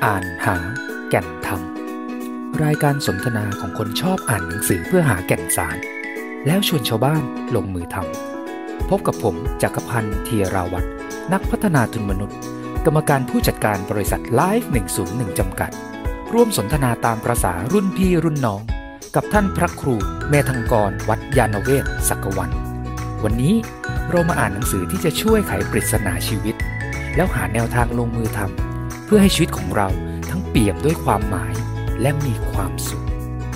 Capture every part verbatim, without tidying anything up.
อ่านหาแก่นธรรมรายการสนทนาของคนชอบอ่านหนังสือเพื่อหาแก่นสารแล้วชวนชาวบ้านลงมือทำพบกับผมจักรพันธ์ธีราวัฒน์นักพัฒนาทุนมนุษย์กรรมการผู้จัดการบริษัทไลฟ์หนึ่งศูนย์หนึ่งจำกัดร่วมสนทนาตามประสารุ่นพี่รุ่นน้องกับท่านพระครูเมธังกรวัดยานเวศศักวันวันนี้เรามาอ่านหนังสือที่จะช่วยไขปริศนาชีวิตแล้วหาแนวทางลงมือทำเพื่อให้ชีวิตของเราทั้งเปี่ยมด้วยความหมายและมีความสุข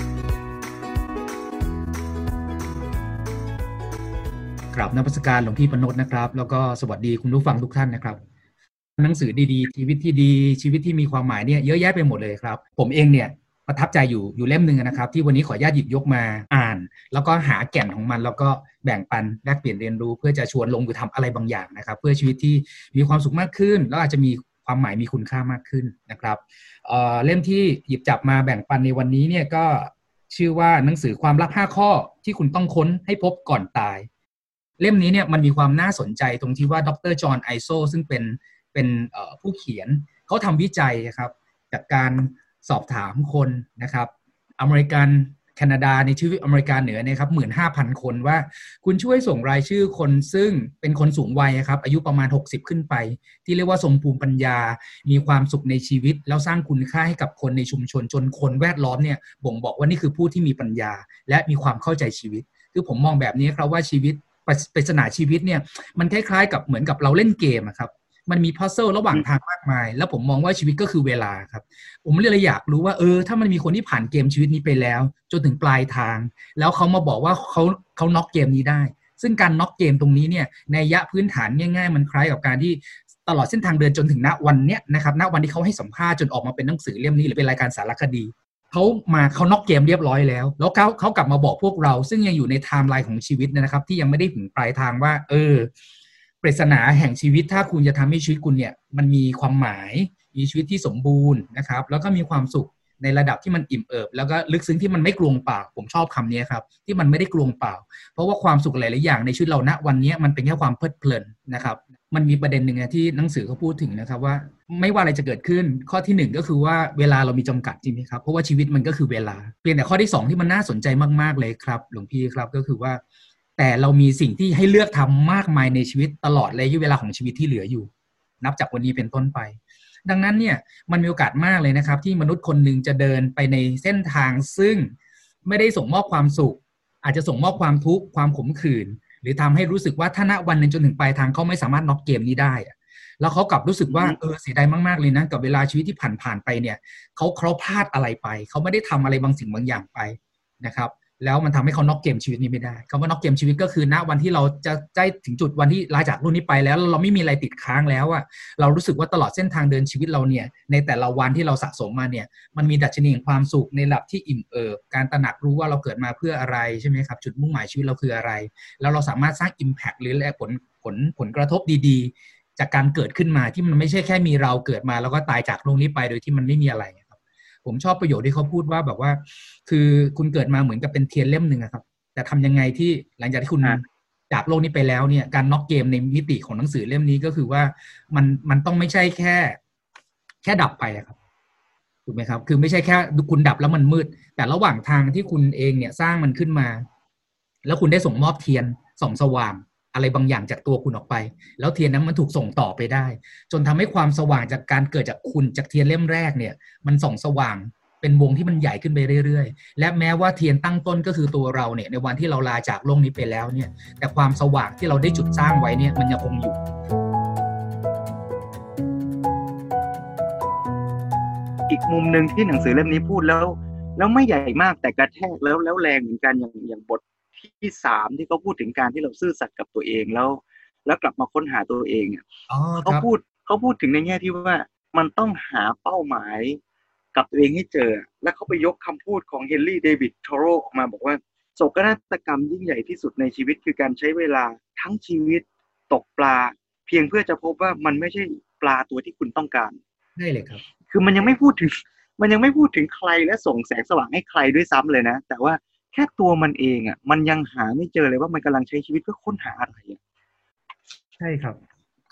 กราบนมัสการหลวงพี่ปนดนะครับแล้วก็สวัสดีคุณผู้ฟังทุกท่านนะครับหนังสือดีๆชีวิตที่ดีชีวิตที่มีความหมายเนี่ยเยอะแยะไปหมดเลยครับผมเองเนี่ยประทับใจอยู่อยู่เล่มนึงนะครับที่วันนี้ขออนุญาตหยิบยกมาอ่านแล้วก็หาแก่นของมันแล้วก็แบ่งปันแลกเปลี่ยนเรียนรู้เพื่อจะชวนลงมือทำอะไรบางอย่างนะครับเพื่อชีวิตที่มีความสุขมากขึ้นแล้วอาจจะมีความหมายมีคุณค่ามากขึ้นนะครับเอ่อเล่มที่หยิบจับมาแบ่งปันในวันนี้เนี่ยก็ชื่อว่าหนังสือความลับห้าข้อที่คุณต้องค้นให้พบก่อนตายเล่มนี้เนี่ยมันมีความน่าสนใจตรงที่ว่าดร.จอห์นไอโซซึ่งเป็นเป็นผู้เขียนเขาทำวิจัยครับจากการสอบถามคนนะครับอเมริกันแคนาดาในชื่ออเมริกาเหนือเนี่ยครับ หนึ่งหมื่นห้าพัน คนว่าคุณช่วยส่งรายชื่อคนซึ่งเป็นคนสูงวัยครับอายุประมาณหกสิบขึ้นไปที่เรียกว่าสมภูมิปัญญามีความสุขในชีวิตแล้วสร้างคุณค่าให้กับคนในชุมชนจนคนแวดล้อมเนี่ยบ่งบอกว่านี่คือผู้ที่มีปัญญาและมีความเข้าใจชีวิตคือผมมองแบบนี้ครับว่าชีวิตปริศนาชีวิตเนี่ยมันคล้ายๆกับเหมือนกับเราเล่นเกมครับมันมีพัซเซิลระหว่างทางมากมายแล้วผมมองว่าชีวิตก็คือเวลาครับผมเลยอยากรู้ว่าเออถ้ามันมีคนที่ผ่านเกมชีวิตนี้ไปแล้วจนถึงปลายทางแล้วเขามาบอกว่าเขาเขาน็อกเกมนี้ได้ซึ่งการน็อกเกมตรงนี้เนี่ยในระยะพื้นฐานง่ายๆมันคล้ายกับการที่ตลอดเส้นทางเดินจนถึงณวันเนี้ยนะครับณวันที่เขาให้สัมภาษณ์จนออกมาเป็นหนังสือเล่มนี้หรือเป็นรายการสารคดีเขามาเขาน็อกเกมเรียบร้อยแล้วแล้วเขาเขากลับมาบอกพวกเราซึ่งยังอยู่ในไทม์ไลน์ของชีวิตนะครับที่ยังไม่ได้ถึงปลายทางว่าเออปริศนาแห่งชีวิตถ้าคุณจะทำให้ชีวิตคุณเนี่ยมันมีความหมายมีชีวิตที่สมบูรณ์นะครับแล้วก็มีความสุขในระดับที่มันอิ่มเอิบแล้วก็ลึกซึ้งที่มันไม่กลวงเปล่าผมชอบคำนี้ครับที่มันไม่ได้กลวงเปล่าเพราะว่าความสุขหลายๆอย่างในชีวิตเราณวันนี้มันเป็นแค่ความเพลิดเพลินนะครับมันมีประเด็นหนึ่งนะที่หนังสือเขาพูดถึงนะครับว่าไม่ว่าอะไรจะเกิดขึ้นข้อที่หนึ่งก็คือว่าเวลาเรามีจำกัดจริงไหมครับเพราะว่าชีวิตมันก็คือเวลาเพียงแต่ข้อที่สองที่มันน่าสนใจมากๆเลยครับหลวงพี่ครับก็คือว่าแต่เรามีสิ่งที่ให้เลือกทำมากมายในชีวิตตลอดระยะเวลาของชีวิตที่เหลืออยู่นับจากวันนี้เป็นต้นไปดังนั้นเนี่ยมันมีโอกาสมากเลยนะครับที่มนุษย์คนหนึ่งจะเดินไปในเส้นทางซึ่งไม่ได้ส่งมอบความสุขอาจจะส่งมอบความทุกข์ความขมขื่นหรือทำให้รู้สึกว่าถ้าณวันหนึ่งจนถึงปลายทางเขาไม่สามารถน็อกเกมนี้ได้แล้วเขากลับรู้สึกว่าเออเสียดายมากๆเลยนะกับเวลาชีวิตที่ผ่านๆไปเนี่ยเขาเขาพลาดอะไรไปเขาไม่ได้ทำอะไรบางสิ่งบางอย่างไปนะครับแล้วมันทำให้เขาน็อกเกมชีวิตนี้ไม่ได้คำว่าน็อกเกมชีวิตก็คือณวันที่เราจะใกล้ถึงจุดวันที่ลาจากรุ่นนี้ไปแล้วเราไม่มีอะไรติดค้างแล้วอะเรารู้สึกว่าตลอดเส้นทางเดินชีวิตเราเนี่ยในแต่ละวันที่เราสะสมมาเนี่ยมันมีดัชนีแห่งความสุขในระดับที่อิ่มเอิบการตระหนักรู้ว่าเราเกิดมาเพื่ออะไรใช่ไหมครับจุดมุ่งหมายชีวิตเราคืออะไรแล้วเราสามารถสร้าง impact หรือผลผลผลกระทบดีๆจากการเกิดขึ้นมาที่มันไม่ใช่แค่มีเราเกิดมาแล้วก็ตายจากโลกนี้ไปโดยที่มันไม่มีอะไรผมชอบประโยชน์ที่เขาพูดว่าแบบว่าคือคุณเกิดมาเหมือนกับเป็นเทียนเล่มหนึ่งครับแต่ทำยังไงที่หลังจากที่คุณจากโลกนี้ไปแล้วเนี่ยการน็อกเกมในมิติของหนังสือเล่มนี้ก็คือว่ามันมันต้องไม่ใช่แค่แค่ดับไปครับถูกไหมครับคือไม่ใช่แค่คุณดับแล้วมันมืดแต่ระหว่างทางที่คุณเองเนี่ยสร้างมันขึ้นมาแล้วคุณได้ส่งมอบเทียนส่องสว่างอะไรบางอย่างจากตัวคุณออกไปแล้วเทียนนั้นมันถูกส่งต่อไปได้จนทำให้ความสว่างจากการเกิดจากคุณจากเทียนเล่มแรกเนี่ยมันส่องสว่างเป็นวงที่มันใหญ่ขึ้นไปเรื่อยๆและแม้ว่าเทียนตั้งต้นก็คือตัวเราเนี่ยในวันที่เราลาจากโลกนี้ไปแล้วเนี่ยแต่ความสว่างที่เราได้จุดสร้างไว้เนี่ยมันยังคงอยู่อีกมุมนึงที่หนังสือเล่มนี้พูดแล้วแล้วไม่ใหญ่มากแต่กระแทกแล้วแล้วแรงเหมือนกันอย่างอย่างบทที่สามที่เขาพูดถึงการที่เราซื่อสัตย์กับตัวเองแล้วแล้วกลับมาค้นหาตัวเองเขาพูดเขาพูดถึงในแง่ที่ว่ามันต้องหาเป้าหมายกับตัวเองให้เจอแล้วเขาไปยกคำพูดของเฮนรี่เดวิดโธโรออกมาบอกว่าโศกนาฏกรรมยิ่งใหญ่ที่สุดในชีวิตคือการใช้เวลาทั้งชีวิตตกปลาเพียงเพื่อจะพบว่ามันไม่ใช่ปลาตัวที่คุณต้องการได้เลยครับคือมันยังไม่พูดถึงมันยังไม่พูดถึงใครและส่งแสงสว่างให้ใครด้วยซ้ำเลยนะแต่ว่าแค่ตัวมันเองอ่ะมันยังหาไม่เจอเลยว่ามันกำลังใช้ชีวิตเพื่อค้นหาอะไรใช่ครับคื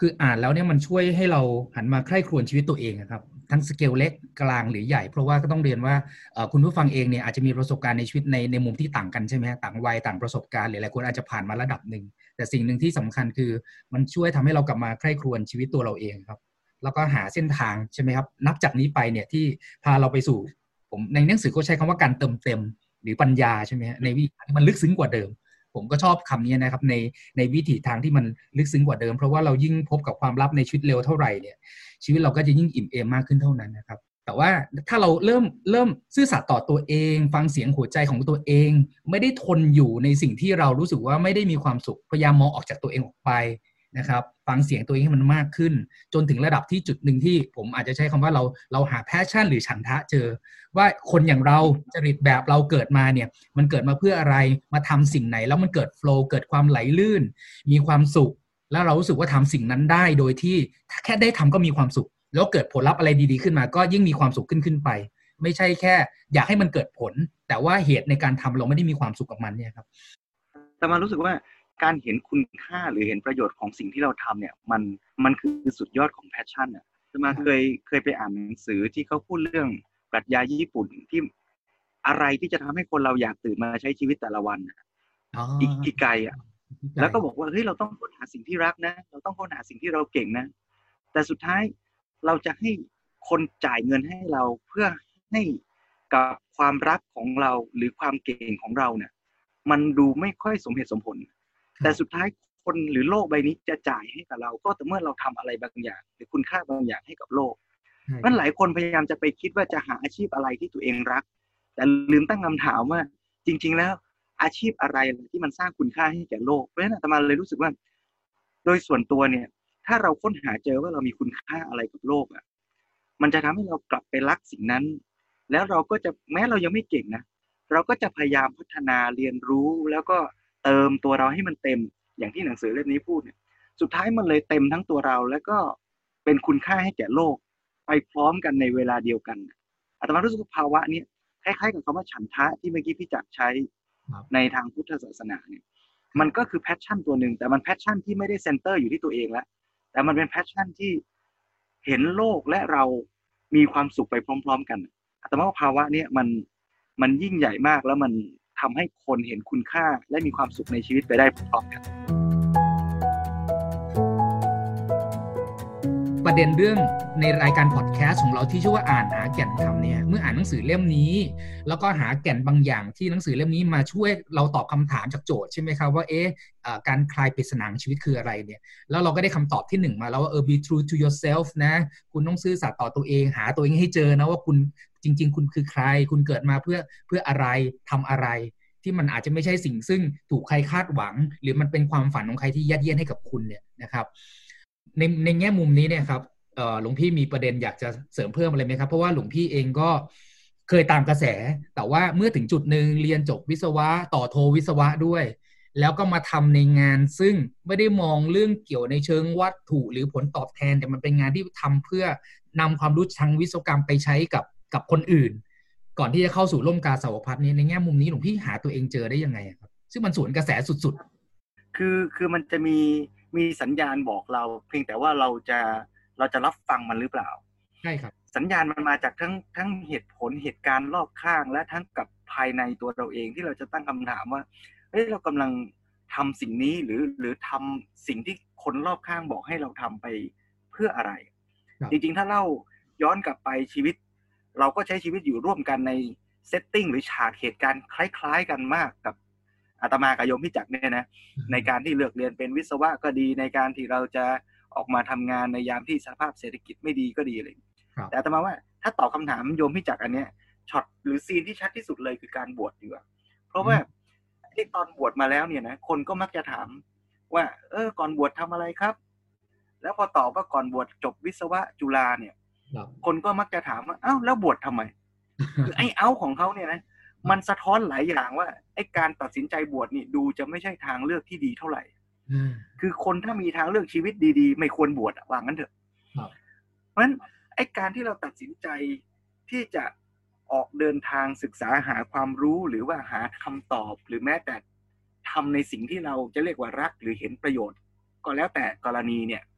คืออ่านแล้วเนี่ยมันช่วยให้เราหันมาใคร่ครวญชีวิตตัวเองครับทั้งสเกลเล็กกลางหรือใหญ่เพราะว่าก็ต้องเรียนว่าคุณผู้ฟังเองเนี่ยอาจจะมีประสบการณ์ในชีวิตในในมุมที่ต่างกันใช่ไหมต่างวัยต่างประสบการณ์หรือหลายคนอาจจะผ่านมาระดับหนึ่งแต่สิ่งหนึ่งที่สำคัญคือมันช่วยทำให้เรากลับมาใคร่ครวญชีวิตตัวเราเองครับแล้วก็หาเส้นทางใช่ไหมครับนับจากนี้ไปเนี่ยที่พาเราไปสู่ผมในหนังสือเขาใช้คำว่าการเติมเต็มหรือปัญญาใช่ไหมในวิธีที่มันลึกซึ้งกว่าเดิมผมก็ชอบคำนี้นะครับในในวิถีทางที่มันลึกซึ้งกว่าเดิมเพราะว่าเรายิ่งพบกับความลับในชีวิตเร็วเท่าไหร่เนี่ยชีวิตเราก็จะยิ่งอิ่มเอมมากขึ้นเท่านั้นนะครับแต่ว่าถ้าเราเริ่มเริ่มซื่อสัตย์ต่อตัวเองฟังเสียงหัวใจของตัวเองไม่ได้ทนอยู่ในสิ่งที่เรารู้สึกว่าไม่ได้มีความสุขพยายามมองออกจากตัวเองออกไปนะครับฟังเสียงตัวเองให้มันมากขึ้นจนถึงระดับที่จุดหนึ่งที่ผมอาจจะใช้คำว่าเราเราหาแพชชั่นหรือฉันทะเจอว่าคนอย่างเราจริตแบบเราเกิดมาเนี่ยมันเกิดมาเพื่ออะไรมาทำสิ่งไหนแล้วมันเกิดโฟลว์เกิดความไหลลื่นมีความสุขแล้วเรารู้สึกว่าทำสิ่งนั้นได้โดยที่แค่ได้ทำก็มีความสุขแล้วเกิดผลลัพธ์อะไรดีๆขึ้นมาก็ยิ่งมีความสุขขึ้นขึ้นไปไม่ใช่แค่อยากให้มันเกิดผลแต่ว่าเหตุในการทำเราไม่ได้มีความสุขกับมันเนี่ยครับแต่มารู้สึกว่าการเห็นคุณค่าหรือเห็นประโยชน์ของสิ่งที่เราทำเนี่ยมันมันคือสุดยอดของแพชชั่นอ่ะจะมาเคยเคยไปอ่านหนังสือที่เขาพูดเรื่องปรัชญาญี่ปุ่นที่อะไรที่จะทำให้คนเราอยากตื่นมาใช้ชีวิตแต่ละวันอิกิไกอ่ะแล้วก็บอกว่าเฮ้ยเราต้องค้นหาสิ่งที่รักนะเราต้องค้นหาสิ่งที่เราเก่งนะแต่สุดท้ายเราจะให้คนจ่ายเงินให้เราเพื่อให้กับความรักของเราหรือความเก่งของเราเนี่ยมันดูไม่ค่อยสมเหตุสมผลแต่สุดท้ายคนหรือโลกใบนี้จะจ่ายให้กับเราก็แต่เมื่อเราทำอะไรบางอย่างหรือคุณค่าบางอย่างให้กับโลกเพราะหลายคนพยายามจะไปคิดว่าจะหาอาชีพอะไรที่ตัวเองรักแต่ลืมตั้งคำถามว่าจริงๆแล้วอาชีพอะไรที่มันสร้างคุณค่าให้แก่โลกเพราะฉะนั้นอาตมาเลยรู้สึกว่าโดยส่วนตัวเนี่ยถ้าเราค้นหาเจอว่าเรามีคุณค่าอะไรกับโลกอ่ะมันจะทำให้เรากลับไปรักสิ่งนั้นแล้วเราก็จะแม้เรายังไม่เก่งนะเราก็จะพยายามพัฒนาเรียนรู้แล้วก็เติมตัวเราให้มันเต็มอย่างที่หนังสือเล่มนี้พูดเนี่ยสุดท้ายมันเลยเต็มทั้งตัวเราแล้วก็เป็นคุณค่าให้แก่โลกไปพร้อมกันในเวลาเดียวกันอาตมารู้สึกภาวะนี้คล้ายๆกับคำว่าฉันทะที่เมื่อกี้พี่จักรใช้ในทางพุทธศาสนาเนี่ยมันก็คือแพชชั่นตัวหนึ่งแต่มันแพชชั่นที่ไม่ได้เซนเตอร์อยู่ที่ตัวเองแล้วแต่มันเป็นแพชชั่นที่เห็นโลกและเรามีความสุขไปพร้อมๆกันอาตมาว่าภาวะนี้มันมันยิ่งใหญ่มากแล้วมันทำให้คนเห็นคุณค่าและมีความสุขในชีวิตไปได้พร้อมๆกันประเด็นเรื่องในรายการพอดแคสต์ของเราที่ชื่อว่าอ่านหาแก่นธรรมเนี่ยเมื่ออ่านหนังสือเล่มนี้แล้วก็หาแก่นบางอย่างที่หนังสือเล่มนี้มาช่วยเราตอบคำถามจากโจทย์ใช่ไหมครับว่าเอ๊ะการคลายปริศนาชีวิตคืออะไรเนี่ยแล้วเราก็ได้คำตอบที่หนึ่งมาแล้วว่าเออ be true to yourself นะคุณต้องซื่อสัตย์ต่อตัวเองหาตัวเองให้เจอนะว่าคุณจริงๆคุณคือใครคุณเกิดมาเพื่อเพื่ออะไรทำอะไรที่มันอาจจะไม่ใช่สิ่งซึ่งถูกใครคาดหวังหรือมันเป็นความฝันของใครที่ยัดเยียดให้กับคุณเนี่ยนะครับในในแง่มุมนี้เนี่ยครับหลวงพี่มีประเด็นอยากจะเสริมเพิ่มอะไรไหมครับเพราะว่าหลวงพี่เองก็เคยตามกระแสแต่ว่าเมื่อถึงจุดหนึ่งเรียนจบวิศวะต่อโทวิศวะด้วยแล้วก็มาทำในงานซึ่งไม่ได้มองเรื่องเกี่ยวในเชิงวัตถุหรือผลตอบแทนแต่มันเป็นงานที่ทำเพื่อนำความรู้ทางวิศวกรรมไปใช้กับกับคนอื่นก่อนที่จะเข้าสู่ร่มกาสาวพัฒน์นี้ในแง่มุมนี้หลวงพี่หาตัวเองเจอได้ยังไงครับซึ่งมันสวนกระแสสุดๆคือคือมันจะมีมีสัญญาณบอกเราเพียงแต่ว่าเราจะเราจะรับฟังมันหรือเปล่าใช่ครับสัญญาณมันมาจากทั้งทั้งเหตุผลเหตุการณ์รอบข้างและทั้งกับภายในตัวเราเองที่เราจะตั้งคำถามว่าเฮ้ยเรากำลังทำสิ่งนี้หรือหรือทำสิ่งที่คนรอบข้างบอกให้เราทำไปเพื่ออะไรจริงๆถ้าเล่าย้อนกลับไปชีวิตเราก็ใช้ชีวิตอยู่ร่วมกันในเซตติ้งหรือฉากเหตุการณ์คล้ายๆกันมากกับอาตมากับโยมพี่จักรเนี่ยนะในการที่เลือกเรียนเป็นวิศวะก็ดีในการที่เราจะออกมาทำงานในยามที่สภาพเศรษฐกิจไม่ดีก็ดีเลยแต่อาตมาว่าถ้าตอบคำถามโยมพี่จักรอันเนี้ยช็อตหรือซีนที่ชัดที่สุดเลยคือการบวชดีกว่าเพราะว่าที่ตอนบวชมาแล้วเนี่ยนะคนก็มักจะถามว่าเออก่อนบวชทำอะไรครับแล้วพอตอบว่าก่อนบวชจบวิศวะจุฬาเนี่ยคนก็มักจะถามว่าอ้าวแล้วบวชทำไมคือไอ้เอาของเขาเนี่ยนะมันสะท้อนหลายอย่างว่าไอ้การตัดสินใจบวชนี่ดูจะไม่ใช่ทางเลือกที่ดีเท่าไหร่คือคนถ้ามีทางเลือกชีวิตดีๆไม่ควรบวชว่างั้นเถอะเพราะฉะนั้นไอ้การที่เราตัดสินใจที่จะออกเดินทางศึกษาหาความรู้หรือว่าหาคำตอบหรือแม้แต่ทำในสิ่งที่เราจะเรียกว่ารักหรือเห็นประโยชน์ก็แล้วแต่กรณีเนี่ย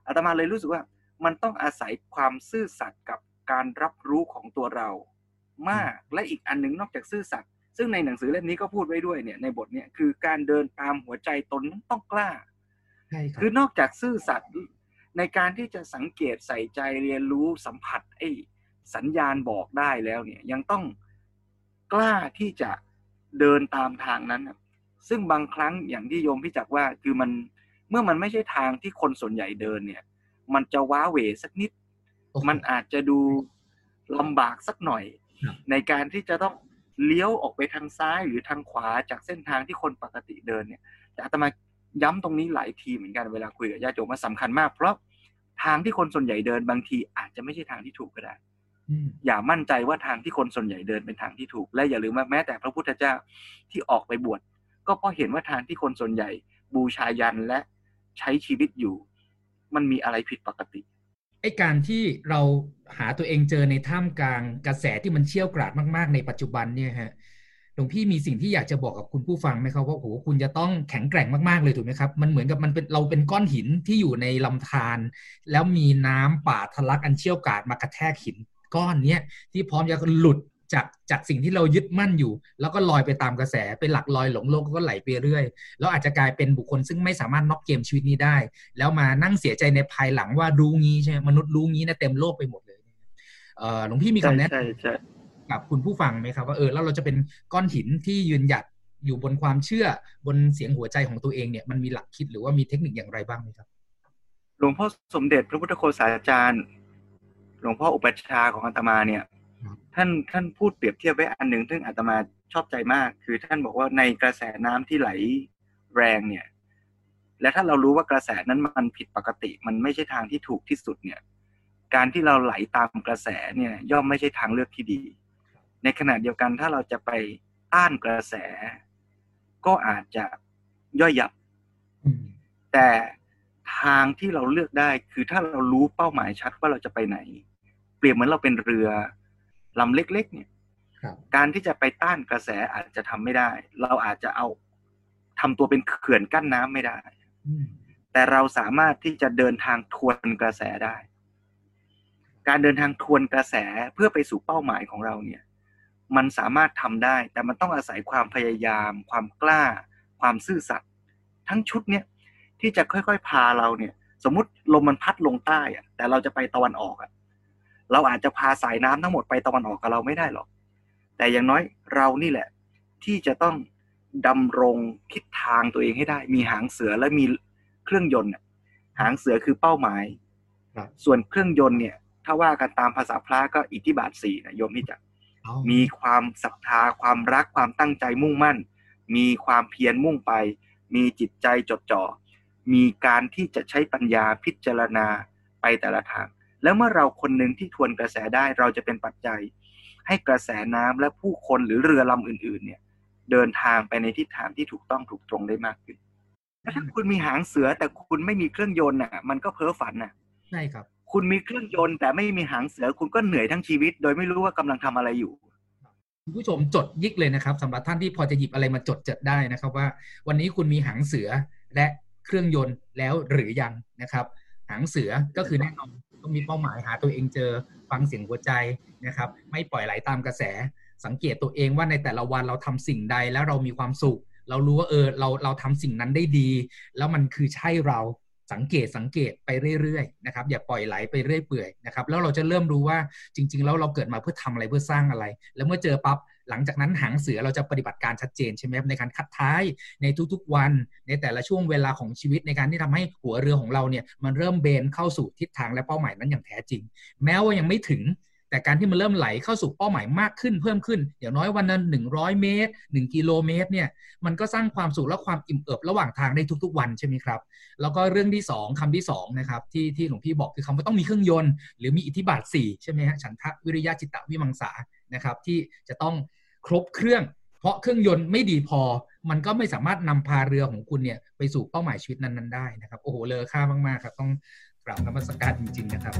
อาตมาเลยรู้สึกว่ามันต้องอาศัยความซื่อสัตย์กับการรับรู้ของตัวเรามากและอีกอันนึงนอกจากซื่อสัตย์ซึ่งในหนังสือเล่มนี้ก็พูดไว้ด้วยเนี่ยในบทเนี่ยคือการเดินตามหัวใจตนต้องกล้าคือนอกจากซื่อสัตย์ในการที่จะสังเกตใส่ใจเรียนรู้สัมผัสไอ้สัญญาณบอกได้แล้วเนี่ยยังต้องกล้าที่จะเดินตามทางนั้นซึ่งบางครั้งอย่างที่โยมพี่จักว่าคือมันเมื่อมันไม่ใช่ทางที่คนส่วนใหญ่เดินเนี่ยมันจะว้าเหวสักนิด okay. มันอาจจะดูลำบากสักหน่อย yeah. ในการที่จะต้องเลี้ยวออกไปทางซ้ายหรือทางขวาจากเส้นทางที่คนปกติเดินเนี่ยแต่อาตมาย้ำตรงนี้หลายทีเหมือนกันเวลาคุยกับญาติโยมว่าสำคัญมากเพราะทางที่คนส่วนใหญ่เดินบางทีอาจจะไม่ใช่ทางที่ถูกก็ได้ mm. อย่ามั่นใจว่าทางที่คนส่วนใหญ่เดินเป็นทางที่ถูกและอย่าลืมว่าแม้แต่พระพุทธเจ้าที่ออกไปบวชก็เพราะเห็นว่าทางที่คนส่วนใหญ่บูชายัญและใช้ชีวิตอยู่มันมีอะไรผิดปกติไอ้การที่เราหาตัวเองเจอในท่ามกลางกระแสที่มันเชี่ยวกราดมากๆในปัจจุบันเนี่ยฮะหลวงพี่มีสิ่งที่อยากจะบอกกับคุณผู้ฟังไหมครับว่าโอ้โหคุณจะต้องแข็งแกร่งมากๆเลยถูกไหมครับมันเหมือนกับมันเป็นเราเป็นก้อนหินที่อยู่ในลำธารแล้วมีน้ำป่าทะลักอันเชี่ยวกราดมากระแทกหินก้อนเนี้ยที่พร้อมจะหลุดจากจากสิ่งที่เรายึดมั่นอยู่แล้วก็ลอยไปตามกระแสเป็นหลักลอยหลงโลกก็ไหลไปเรื่อยแล้วอาจจะกลายเป็นบุคคลซึ่งไม่สามารถน็อกเกมชีวิตนี้ได้แล้วมานั่งเสียใจในภายหลังว่ารู้งี้ใช่ไหมมนุษย์รู้งี้นะเต็มโลกไปหมดเลยเออหลวงพี่มีคำแนะนำกับคุณผู้ฟังไหมครับว่าเออแล้วเราจะเป็นก้อนหินที่ยืนหยัดอยู่บนความเชื่อบนเสียงหัวใจของตัวเองเนี่ยมันมีหลักคิดหรือว่ามีเทคนิคอย่างไรบ้างไหมครับหลวงพ่อสมเด็จพระพุทธโฆษาจารย์หลวงพ่ออุปัชฌาย์ของอาตมาเนี่ยท่านท่านพูดเปรียบเทียบไว้อันหนึ่งซึ่งอาตมาชอบใจมากคือท่านบอกว่าในกระแสน้ำที่ไหลแรงเนี่ยและถ้าเรารู้ว่ากระแสนั้นมันผิดปกติมันไม่ใช่ทางที่ถูกที่สุดเนี่ยการที่เราไหลตามกระแสเนี่ยย่อมไม่ใช่ทางเลือกที่ดีในขณะเดียวกันถ้าเราจะไปต้านกระแสก็อาจจะย่อยยับแต่ทางที่เราเลือกได้คือถ้าเรารู้เป้าหมายชัดว่าเราจะไปไหนเปรียบเหมือนเราเป็นเรือลำเล็กๆเนี่ยการที่จะไปต้านกระแสอาจจะทำไม่ได้เราอาจจะเอาทำตัวเป็นเขื่อนกั้นน้ำไม่ได้แต่เราสามารถที่จะเดินทางทวนกระแสได้การเดินทางทวนกระแสเพื่อไปสู่เป้าหมายของเราเนี่ยมันสามารถทำได้แต่มันต้องอาศัยความพยายามความกล้าความซื่อสัตย์ทั้งชุดเนี่ยที่จะค่อยๆพาเราเนี่ยสมมุติลมมันพัดลงใต้อะแต่เราจะไปตะวันออกอะเราอาจจะพาสายน้ำทั้งหมดไปตะวันออกกับเราไม่ได้หรอกแต่อย่างน้อยเรานี่แหละที่จะต้องดำรงทิศทางตัวเองให้ได้มีหางเสือและมีเครื่องยนต์หางเสือคือเป้าหมายส่วนเครื่องยนต์เนี่ยถ้าว่ากันตามภาษาพระก็อิทธิบาทสี่นะโยมนี่จะมีความศรัทธาความรักความตั้งใจมุ่งมั่นมีความเพียรมุ่งไปมีจิตใจจดจ่อมีการที่จะใช้ปัญญาพิจารณาไปแต่ละทางแล้วเมื่อเราคนหนึ่งที่ทวนกระแสได้เราจะเป็นปัจจัยให้กระแสน้ำและผู้คนหรือเรือลำอื่นๆเนี่ยเดินทางไปในทิศทางที่ถูกต้องถูกตรงได้มากขึ้นถ้าคุณมีหางเสือแต่คุณไม่มีเครื่องยนต์น่ะมันก็เพ้อฝันน่ะใช่ครับคุณมีเครื่องยนต์แต่ไม่มีหางเสือคุณก็เหนื่อยทั้งชีวิตโดยไม่รู้ว่ากำลังทำอะไรอยู่คุณผู้ชมจดยิกเลยนะครับสำหรับท่านที่พอจะหยิบอะไรมาจดจดได้นะครับว่าวันนี้คุณมีหางเสือและเครื่องยนต์แล้วหรือยังนะครับหางเสือก็คือแน่นอนต้องมีเป้าหมายหาตัวเองเจอฟังเสียงหัวใจนะครับไม่ปล่อยไหลตามกระแสสังเกตตัวเองว่าในแต่ละวันเราทำสิ่งใดแล้วเรามีความสุขเรารู้ว่าเออเราเราทำสิ่งนั้นได้ดีแล้วมันคือใช่เราสังเกตสังเกตไปเรื่อยๆนะครับอย่าปล่อยไหลไปเรื่อยเปื่อยนะครับแล้วเราจะเริ่มรู้ว่าจริงๆแล้วเราเกิดมาเพื่อทำอะไรเพื่อสร้างอะไรแล้วเมื่อเจอปั๊บหลังจากนั้นหางเสือเราจะปฏิบัติการชัดเจนใช่ไหมในการคัดท้ายในทุกๆวันในแต่ละช่วงเวลาของชีวิตในการที่ทำให้หัวเรือของเราเนี่ยมันเริ่มเบนเข้าสู่ทิศทางและเป้าหมายนั้นอย่างแท้จริงแม้ว่ายังไม่ถึงแต่การที่มันเริ่มไหลเข้าสู่เป้าหมายมากขึ้นเพิ่มขึ้นอย่างน้อยวันนั้นหนึ่งร้อยเมตรหนึ่งกิโลเมตรเนี่ยมันก็สร้างความสุขและความอิ่มเอิบระหว่างทางได้ทุกๆวันใช่ไหมครับแล้วก็เรื่องที่สองคำที่สองนะครับที่ที่หลวงพี่บอกคือคำว่าต้องมีเครื่องยนต์หรือมีอิทธิบาทสี่ใช่ไหมฮะฉันทะวิริยะจิตตวิมังสานะครับที่จะต้องครบเครื่องเพราะเครื่องยนต์ไม่ดีพอมันก็ไม่สามารถนำพาเรือของคุณเนี่ยไปสู่เป้าหมายชีวิตนั้นๆได้นะครับโอ้โหเลอค่ามากๆครับต้องกราบนมัสการจริงๆนะครับ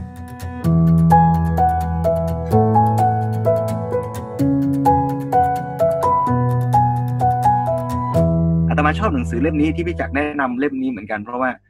อาตมาชอบหนังสือเล่มนี้ที่พี่จักรแนะนำเล่มนี้เหมือนกันเพราะว่า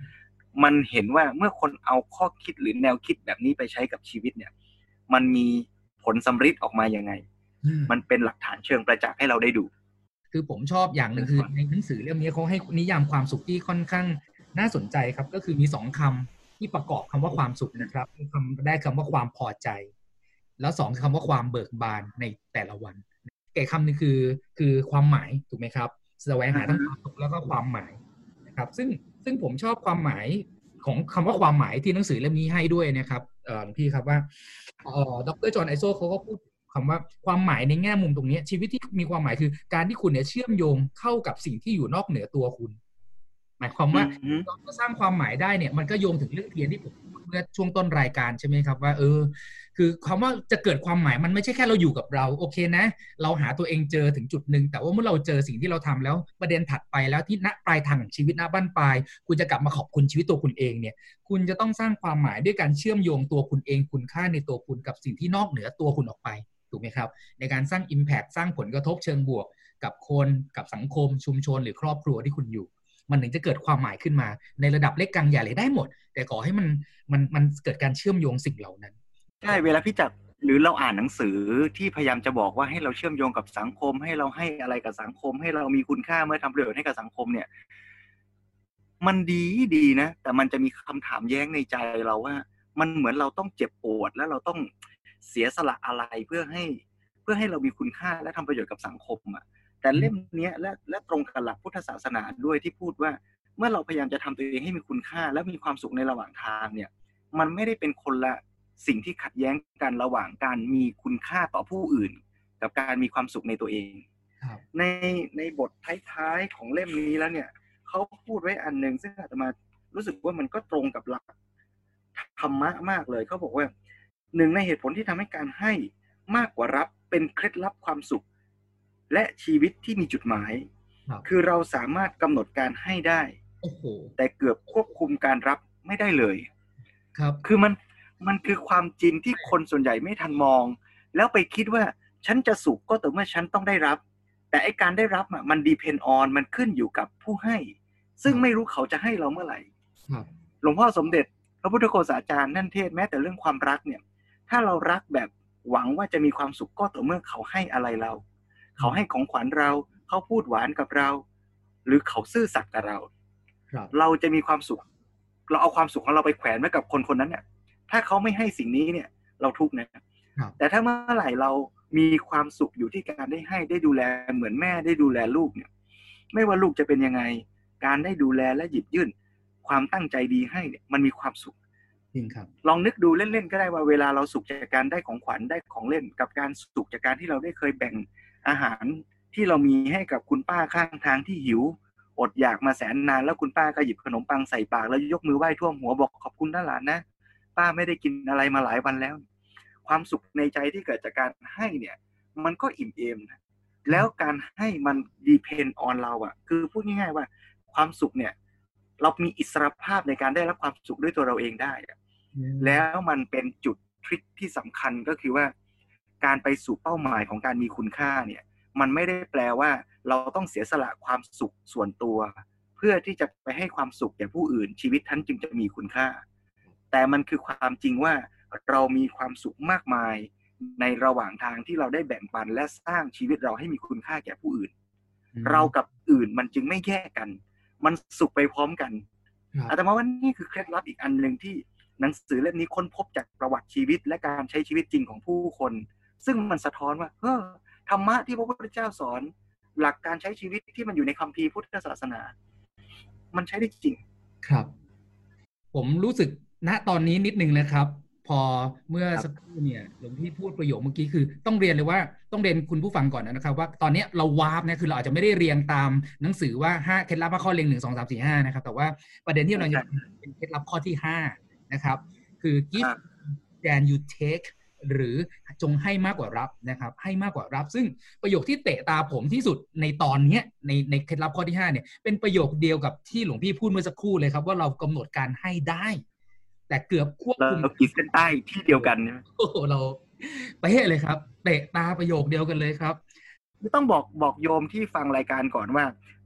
มันเห็นว่าเมื่อคนเอาข้อคิดหรือแนวคิดแบบนี้ไปใช้กับชีวิตเนี่ยมันมีผลสำฤทธิ์ออกมายังไงมันเป็นหลักฐานเชิงประจักษ์ให้เราได้ดูคือผมชอบอย่างหนึ่งคือในหนังสือเล่มนี้เขาให้นิยามความสุขที่ค่อนข้างน่าสนใจครับก็คือมีสองคำที่ประกอบคำว่าความสุขนะครับคำได้คำว่าความพอใจแล้วสองคำว่าความเบิกบานในแต่ละวันเก๋คำนึงคือคือความหมายถูกไหมครับแสวงหาทั้งความสุขแล้วก็ความหมายนะครับซึ่งซึ่งผมชอบความหมายของคำว่าความหมายที่หนังสือเล่มนี้ให้ด้วยนะครับเอ่อพี่ครับว่าเอ่อดร.จอห์นไอโซเขาก็พูดคำว่าความหมายในแง่มุมตรงนี้ชีวิตที่มีความหมายคือการที่คุณเนี่ยเชื่อมโยงเข้ากับสิ่งที่อยู่นอกเหนือตัวคุณหมายความว่าเราจะสร้างความหมายได้เนี่ยมันก็โยงถึงเรื่องเทียนที่ผมพูดเมื่อช่วงต้นรายการใช่ไหมครับว่าเออคือคำว่าจะเกิดความหมายมันไม่ใช่แค่เราอยู่กับเราโอเคนะเราหาตัวเองเจอถึงจุดนึงแต่ว่าเมื่อเราเจอสิ่งที่เราทำแล้วประเด็นถัดไปแล้วที่ณปลายทางของชีวิตณบั้นปลายคุณจะกลับมาขอบคุณชีวิตตัวคุณเองเนี่ยคุณจะต้องสร้างความหมายด้วยการเชื่อมโยงตัวคุณเองคุณค่าในตัวคุณกับสิ่งที่นอกเหนือตัวคุณออกไปถูกไหมครับในการสร้าง impact สร้างผลกระทบเชิงบวกกับคนกับสังคมชุมชนหรือครอบครัวที่คุณอยู่มันถึงจะเกิดความหมายขึ้นมาในระดับเล็กกลางใหญ่เลยได้หมดแต่ขอให้มันมันมันเกิดการเชื่อมโยงสิ่งเหล่านั้นใช่เวลาพี่จักรหรือเราอ่านหนังสือที่พยายามจะบอกว่าให้เราเชื่อมโยงกับสังคมให้เราให้อะไรกับสังคมให้เรามีคุณค่าเมื่อทำประโยชน์ให้กับสังคมเนี่ยมันดีดีนะแต่มันจะมีคำถามแย้งในใจเราว่ามันเหมือนเราต้องเจ็บปวดแล้วเราต้องเสียสละอะไรเพื่อให้เพื่อให้เรามีคุณค่าและทำประโยชน์กับสังคมอ่ะแต่เล่มนี้และและตรงกับหลักพุทธศาสนาด้วยที่พูดว่าเมื่อเราพยายามจะทำตัวเองให้มีคุณค่าและมีความสุขในระหว่างทางเนี่ยมันไม่ได้เป็นคนละสิ่งที่ขัดแย้งกันระหว่างการมีคุณค่าต่อผู้อื่นกับการมีความสุขในตัวเองในในบทท้ายๆของเล่มนี้แล้วเนี่ยเขาพูดไว้อันนึงซึ่งอาตมารู้สึกว่ามันก็ตรงกับหลักธรรมะมากเลยเขาบอกว่าหนึ่งในเหตุผลที่ทำให้การให้มากกว่ารับเป็นเคล็ดลับความสุขและชีวิตที่มีจุดหมายคือเราสามารถกำหนดการให้ได้แต่เกือบควบคุมการรับไม่ได้เลยครับคือมันมันคือความจริงที่คนส่วนใหญ่ไม่ทันมองแล้วไปคิดว่าฉันจะสุขก็ต่อเมื่อฉันต้องได้รับแต่ไอ้การได้รับอ่ะมัน depend on มันขึ้นอยู่กับผู้ให้ซึ่งไม่รู้เขาจะให้เราเมื่อไหร่หลวงพ่อสมเด็จพระพุทธโฆษาจารย์นั่นเทศแม้แต่เรื่องความรักเนี่ยถ้าเรารักแบบหวังว่าจะมีความสุขก็ต่อเมื่อเขาให้อะไรเราเขาให้ของขวัญเราเขาพูดหวานกับเราหรือเขาซื่อสัตย์กับเราเราจะมีความสุขเราเอาความสุขของเราไปแขวนไว้กับคนคนนั้นเนี่ยถ้าเขาไม่ให้สิ่งนี้เนี่ยเราทุกข์นะแต่ถ้าเมื่อไหร่เรามีความสุขอยู่ที่การได้ให้ได้ดูแลเหมือนแม่ได้ดูแลลูกเนี่ยไม่ว่าลูกจะเป็นยังไงการได้ดูแลและหยิบยื่นความตั้งใจดีให้เนี่ยมันมีความสุขจริงครับลองนึกดูเล่นๆก็ได้ว่าเวลาเราสุขจากการได้ของขวัญได้ของเล่นกับการสุขจากการที่เราได้เคยแบ่งอาหารที่เรามีให้กับคุณป้าข้างทางที่หิวอดอยากมาแสนนานแล้วคุณป้าก็หยิบขนมปังใส่ปากแล้วยกมือไหว้ท่วมหัวบอกขอบคุณนะหลานนะป้าไม่ได้กินอะไรมาหลายวันแล้วความสุขในใจที่เกิดจากการให้เนี่ยมันก็อิ่มเอมนะแล้วการให้มัน depend on เราอ่ะคือพูดง่ายๆว่าความสุขเนี่ยเรามีอิสรภาพในการได้รับความสุขด้วยตัวเราเองได้แล้วมันเป็นจุดทริคที่สำคัญก็คือว่าการไปสู่เป้าหมายของการมีคุณค่าเนี่ยมันไม่ได้แปลว่าเราต้องเสียสละความสุขส่วนตัวเพื่อที่จะไปให้ความสุขแก่ผู้อื่นชีวิตท่านจึงจะมีคุณค่าแต่มันคือความจริงว่าเรามีความสุขมากมายในระหว่างทางที่เราได้แบ่งปันและสร้างชีวิตเราให้มีคุณค่าแก่ผู้อื่นเรากับอื่นมันจึงไม่แยกกันมันสุขไปพร้อมกันอาตมาว่านี่คือเคล็ดลับอีกอันนึงที่หนังสือเล่มนี้ค้นพบจากประวัติชีวิตและการใช้ชีวิตจริงของผู้คนซึ่งมันสะท้อนว่าเออธรรมะที่พระพุทธเจ้าสอนหลักการใช้ชีวิตที่มันอยู่ในคัมภีร์พุทธศาสนามันใช้ได้จริงครับผมรู้สึกณตอนนี้นิดนึงนะครับพอเมื่อสักครู่เนี่ยหลวงพี่พูดประโยคเมื่อกี้คือต้องเรียนเลยว่าต้องเรียนคุณผู้ฟังก่อนนะครับว่าตอนนี้เราวาร์ปนะคือเราอาจจะไม่ได้เรียงตามหนังสือว่าห้าเคล็ดลับข้อเรียงหนึ่ง สอง สาม สี่ ห้านะครับแต่ว่าประเด็นที่เราจะเป็นเคล็ดลับข้อที่ห้านะครับคือ give than you take หรือจงให้มากกว่ารับนะครับให้มากกว่ารับซึ่งประโยคที่เตะตาผมที่สุดในตอนนี้ในในเคล็ดลับข้อที่ห้าเนี่ยเป็นประโยคเดียวกับที่หลวงพี่พูดเมื่อสักครู่เลยครับว่าเรากำหนดการให้ได้แต่เกือบควบคุมเราขีดเส้นใต้ที่เดียวกันโอ้โหเราไปเฮ้เลยครับเตะตาประโยคเดียวกันเลยครับต้องบอกบอกโยมที่ฟังรายการก่อนว่า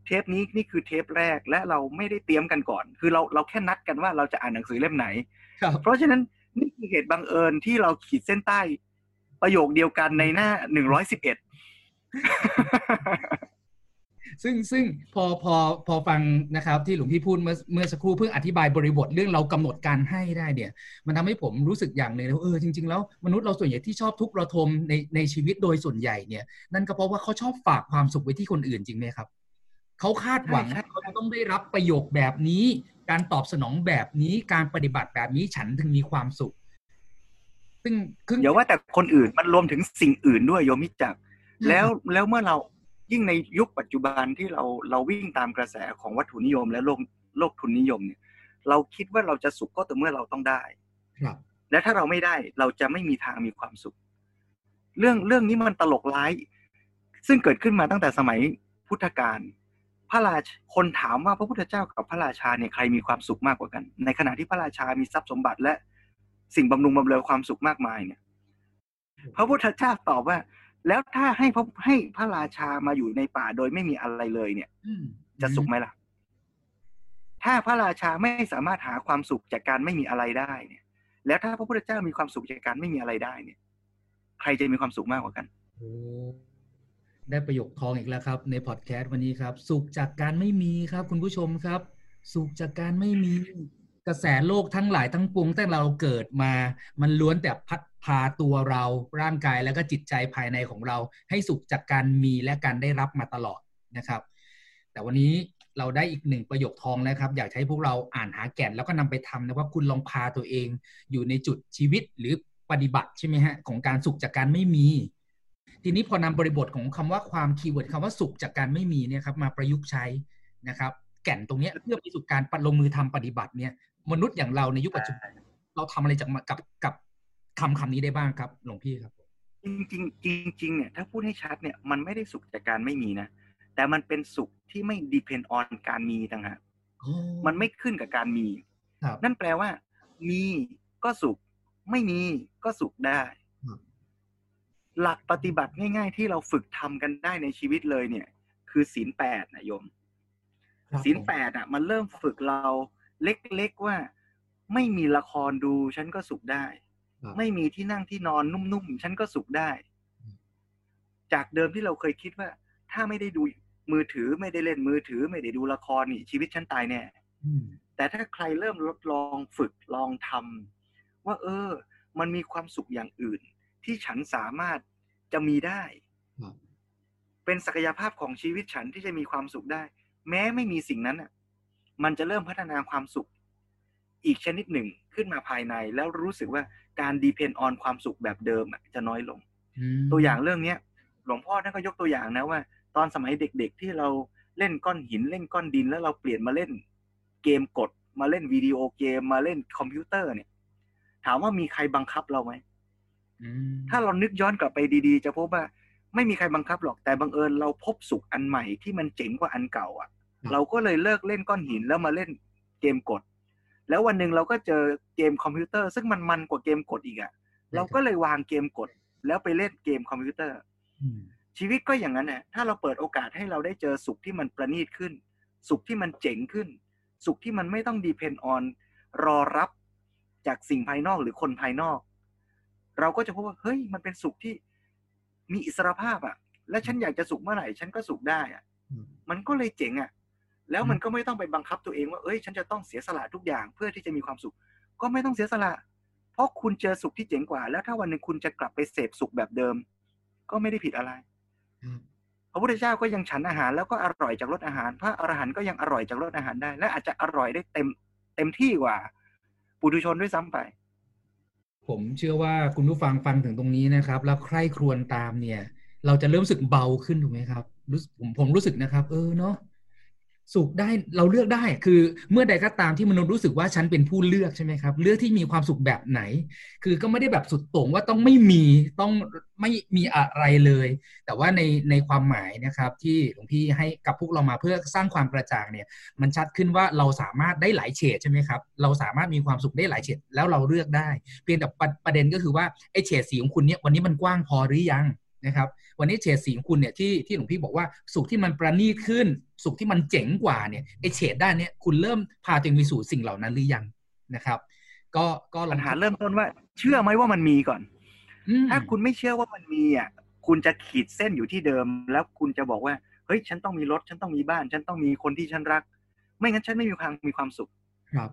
เทปนี้นี่คือเทปแรกและเราไม่ได้เตรียมกันก่อนคือเราเราแค่นัดกันว่าเราจะอ่านหนังสือเล่มไหนเพราะฉะนั้นนี่คือเหตุบังเอิญที่เราขีดเส้นใต้ประโยคเดียวกันในหน้าหนึ่งร้อยสิบเอ็ดซึ่งซึ่งพอพอพอฟังนะครับที่หลวงพี่พูดเมื่อเมื่อสักครู่เพิ่งอธิบายบริบทเรื่องเรากำหนดการให้ได้เนี่ยมันทำให้ผมรู้สึกอย่างหนึ่งนะเออจริงๆแล้วมนุษย์เราส่วนใหญ่ที่ชอบทุกข์ระทมในในชีวิตโดยส่วนใหญ่เนี่ยนั่นก็เพราะว่าเขาชอบฝากความสุขไว้ที่คนอื่นจริงไหมครับเขาคาดหวังเขาจะต้องได้รับประโยคแบบนี้การตอบสนองแบบนี้การปฏิบัติแบบนี้ฉันถึงมีความสุขซึ่งอย่าว่าแต่คนอื่นมันรวมถึงสิ่งอื่นด้วยโยมมิจักแล้วแล้วเมื่อเรายิ่งในยุคปัจจุบันที่เราเราวิ่งตามกระแสของวัตถุนิยมและโลกโลกทุนนิยมเนี่ยเราคิดว่าเราจะสุขก็ต่อเมื่อเราต้องได้และถ้าเราไม่ได้เราจะไม่มีทางมีความสุขเรื่องเรื่องนี้มันตลกร้ายซึ่งเกิดขึ้นมาตั้งแต่สมัยพุทธกาลพระราชคนถามว่าพระพุทธเจ้ากับพระราชาเนี่ยใครมีความสุขมากกว่ากันในขณะที่พระราชามีทรัพย์สมบัติและสิ่งบำรุงบำเรอความสุขมากมายเนี่ยพระพุทธเจ้าตอบว่าแล้วถ้าให้พระให้พระราชามาอยู่ในป่าโดยไม่มีอะไรเลยเนี่ยจะสุขไหมล่ะถ้าพระราชาไม่สามารถหาความสุขจากการไม่มีอะไรได้เนี่ยแล้วถ้าพระพุทธเจ้ามีความสุขจากการไม่มีอะไรได้เนี่ยใครจะมีความสุขมากกว่ากันโอ้ได้ประโยคทองอีกแล้วครับในพอดแคสต์วันนี้ครับสุขจากการไม่มีครับคุณผู้ชมครับสุขจากการไม่มีกระแสโลกทั้งหลายทั้งปวงตั้งเราเกิดมามันล้วนแต่พัดพาตัวเราร่างกายแล้วก็จิตใจภายในของเราให้สุขจากการมีและการได้รับมาตลอดนะครับแต่วันนี้เราได้อีกหนึ่งประโยคทองแล้วครับอยากให้พวกเราอ่านหาแก่นแล้วก็นำไปทำนะว่าคุณลองพาตัวเองอยู่ในจุดชีวิตหรือปฏิบัติใช่ไหมฮะของการสุขจากการไม่มีทีนี้พอนำบริบทของคำว่าความคีย์เวิร์ดคำว่าสุขจากการไม่มีเนี่ยครับมาประยุกต์ใช้นะครับแก่นตรงนี้เพื่อไปสู่การลงมือทำปฏิบัติเนี่ยมนุษย์อย่างเราในยุคปัจจุบันเราทำอะไรจากกับกับคำคำนี้ได้บ้างครับหลวงพี่ครับจริงจริงจริงเนี่ยถ้าพูดให้ชัดเนี่ยมันไม่ได้สุขจากการไม่มีนะแต่มันเป็นสุขที่ไม่ depend on การมีต่างหากมันไม่ขึ้นกับการมีนั่นแปลว่ามีก็สุขไม่มีก็สุขได้หลักปฏิบัติง่ายๆที่เราฝึกทำกันได้ในชีวิตเลยเนี่ยคือศีลแปดนะโยมศีลแปดอ่ะมันเริ่มฝึกเราเล็กๆว่าไม่มีละครดูฉันก็สุขได้ไม่มีที่นั่งที่นอนนุ่มๆฉันก็สุขได้จากเดิมที่เราเคยคิดว่าถ้าไม่ได้ดูมือถือไม่ได้เล่นมือถือไม่ได้ดูละครนี่ชีวิตฉันตายแน่แต่ถ้าใครเริ่มลองฝึกลองทำว่าเออมันมีความสุขอย่างอื่นที่ฉันสามารถจะมีได้เป็นศักยภาพของชีวิตฉันที่จะมีความสุขได้แม้ไม่มีสิ่งนั้นอ่ะมันจะเริ่มพัฒนาความสุขอีกชนิดหนึ่งขึ้นมาภายในแล้วรู้สึกว่าการ depend on ความสุขแบบเดิมจะน้อยลงตัวอย่างเรื่องนี้หลวงพ่อท่านก็ยกตัวอย่างนะว่าตอนสมัยเด็กๆที่เราเล่นก้อนหินเล่นก้อนดินแล้วเราเปลี่ยนมาเล่นเกมกดมาเล่นวิดีโอเกมมาเล่นคอมพิวเตอร์เนี่ยถามว่ามีใครบังคับเราไหมถ้าเรานึกย้อนกลับไปดีๆจะพบว่าไม่มีใครบังคับหรอกแต่บังเอิญเราพบสุขอันใหม่ที่มันเจ๋งกว่าอันเก่าอ่ะเราก็เลยเลิกเล่นก้อนหินแล้วมาเล่นเกมกดแล้ววันหนึ่งเราก็เจอเกมคอมพิวเตอร์ซึ่งมันมันกว่าเกมกดอีกอ่ะเราก็เลยวางเกมกดแล้วไปเล่นเกมคอมพิวเตอร์ชีวิตก็อย่างนั้นน่ะถ้าเราเปิดโอกาสให้เราได้เจอสุขที่มันประณีตขึ้นสุขที่มันเจ๋งขึ้นสุขที่มันไม่ต้อง depend on รอรับจากสิ่งภายนอกหรือคนภายนอกเราก็จะพบว่าเฮ้ยมันเป็นสุขที่มีอิสรภาพอ่ะและฉันอยากจะสุขเมื่อไหร่ฉันก็สุขได้อ่ะมันก็เลยเจ๋งอ่ะแล้วมันก็ไม่ต้องไปบังคับตัวเองว่าเอ้ยฉันจะต้องเสียสละทุกอย่างเพื่อที่จะมีความสุขก็ไม่ต้องเสียสละเพราะคุณเจอสุขที่เจ๋งกว่าแล้วถ้าวันหนึ่งคุณจะกลับไปเสพสุขแบบเดิมก็ไม่ได้ผิดอะไรพระพุทธเจ้าก็ยังฉันอาหารแล้วก็อร่อยจากรสอาหารพระอรหันต์ก็ยังอร่อยจากรสอาหารได้และอาจจะอร่อยได้เต็มเต็มที่กว่าปุถุชนด้วยซ้ำไปผมเชื่อว่าคุณผู้ฟังฟังถึงตรงนี้นะครับแล้วใคร่ครวญตามเนี่ยเราจะเริ่มรู้สึกเบาขึ้นถูกไหมครับผมผมรู้สึกนะครับเออเนาะสุขได้เราเลือกได้คือเมื่อใดก็ตามที่มนุษย์รู้สึกว่าฉันเป็นผู้เลือกใช่ไหมครับเลือกที่มีความสุขแบบไหนคือก็ไม่ได้แบบสุดโต่งว่าต้องไม่มีต้องไม่มีอะไรเลยแต่ว่าในในความหมายนะครับที่หลวงพี่ให้กับพวกเรามาเพื่อสร้างความกระจ่างเนี่ยมันชัดขึ้นว่าเราสามารถได้หลายเฉดใช่ไหมครับเราสามารถมีความสุขได้หลายเฉดแล้วเราเลือกได้เพียงแต่ประเด็นก็คือว่าไอ้เฉดสีของคุณเนี่ยวันนี้มันกว้างพอหรือยังนะครับวันนี้เฉดสีของคุณเนี่ยที่ที่หลวงพี่บอกว่าสุขที่มันประณีตขึ้นสุขที่มันเจ๋งกว่าเนี่ยไอเฉดด้านเนี้ยคุณเริ่มพาตัวเองไปสู่สิ่งเหล่านั้นหรือยังนะครับก็ก็ปัญหาเริ่มต้นว่าเชื่อไหมว่ามันมีก่อนถ้าคุณไม่เชื่อว่ามันมีอ่ะคุณจะขีดเส้นอยู่ที่เดิมแล้วคุณจะบอกว่าเฮ้ยฉันต้องมีรถฉันต้องมีบ้านฉันต้องมีคนที่ฉันรักไม่งั้นฉันไม่มีความมีความสุขครับ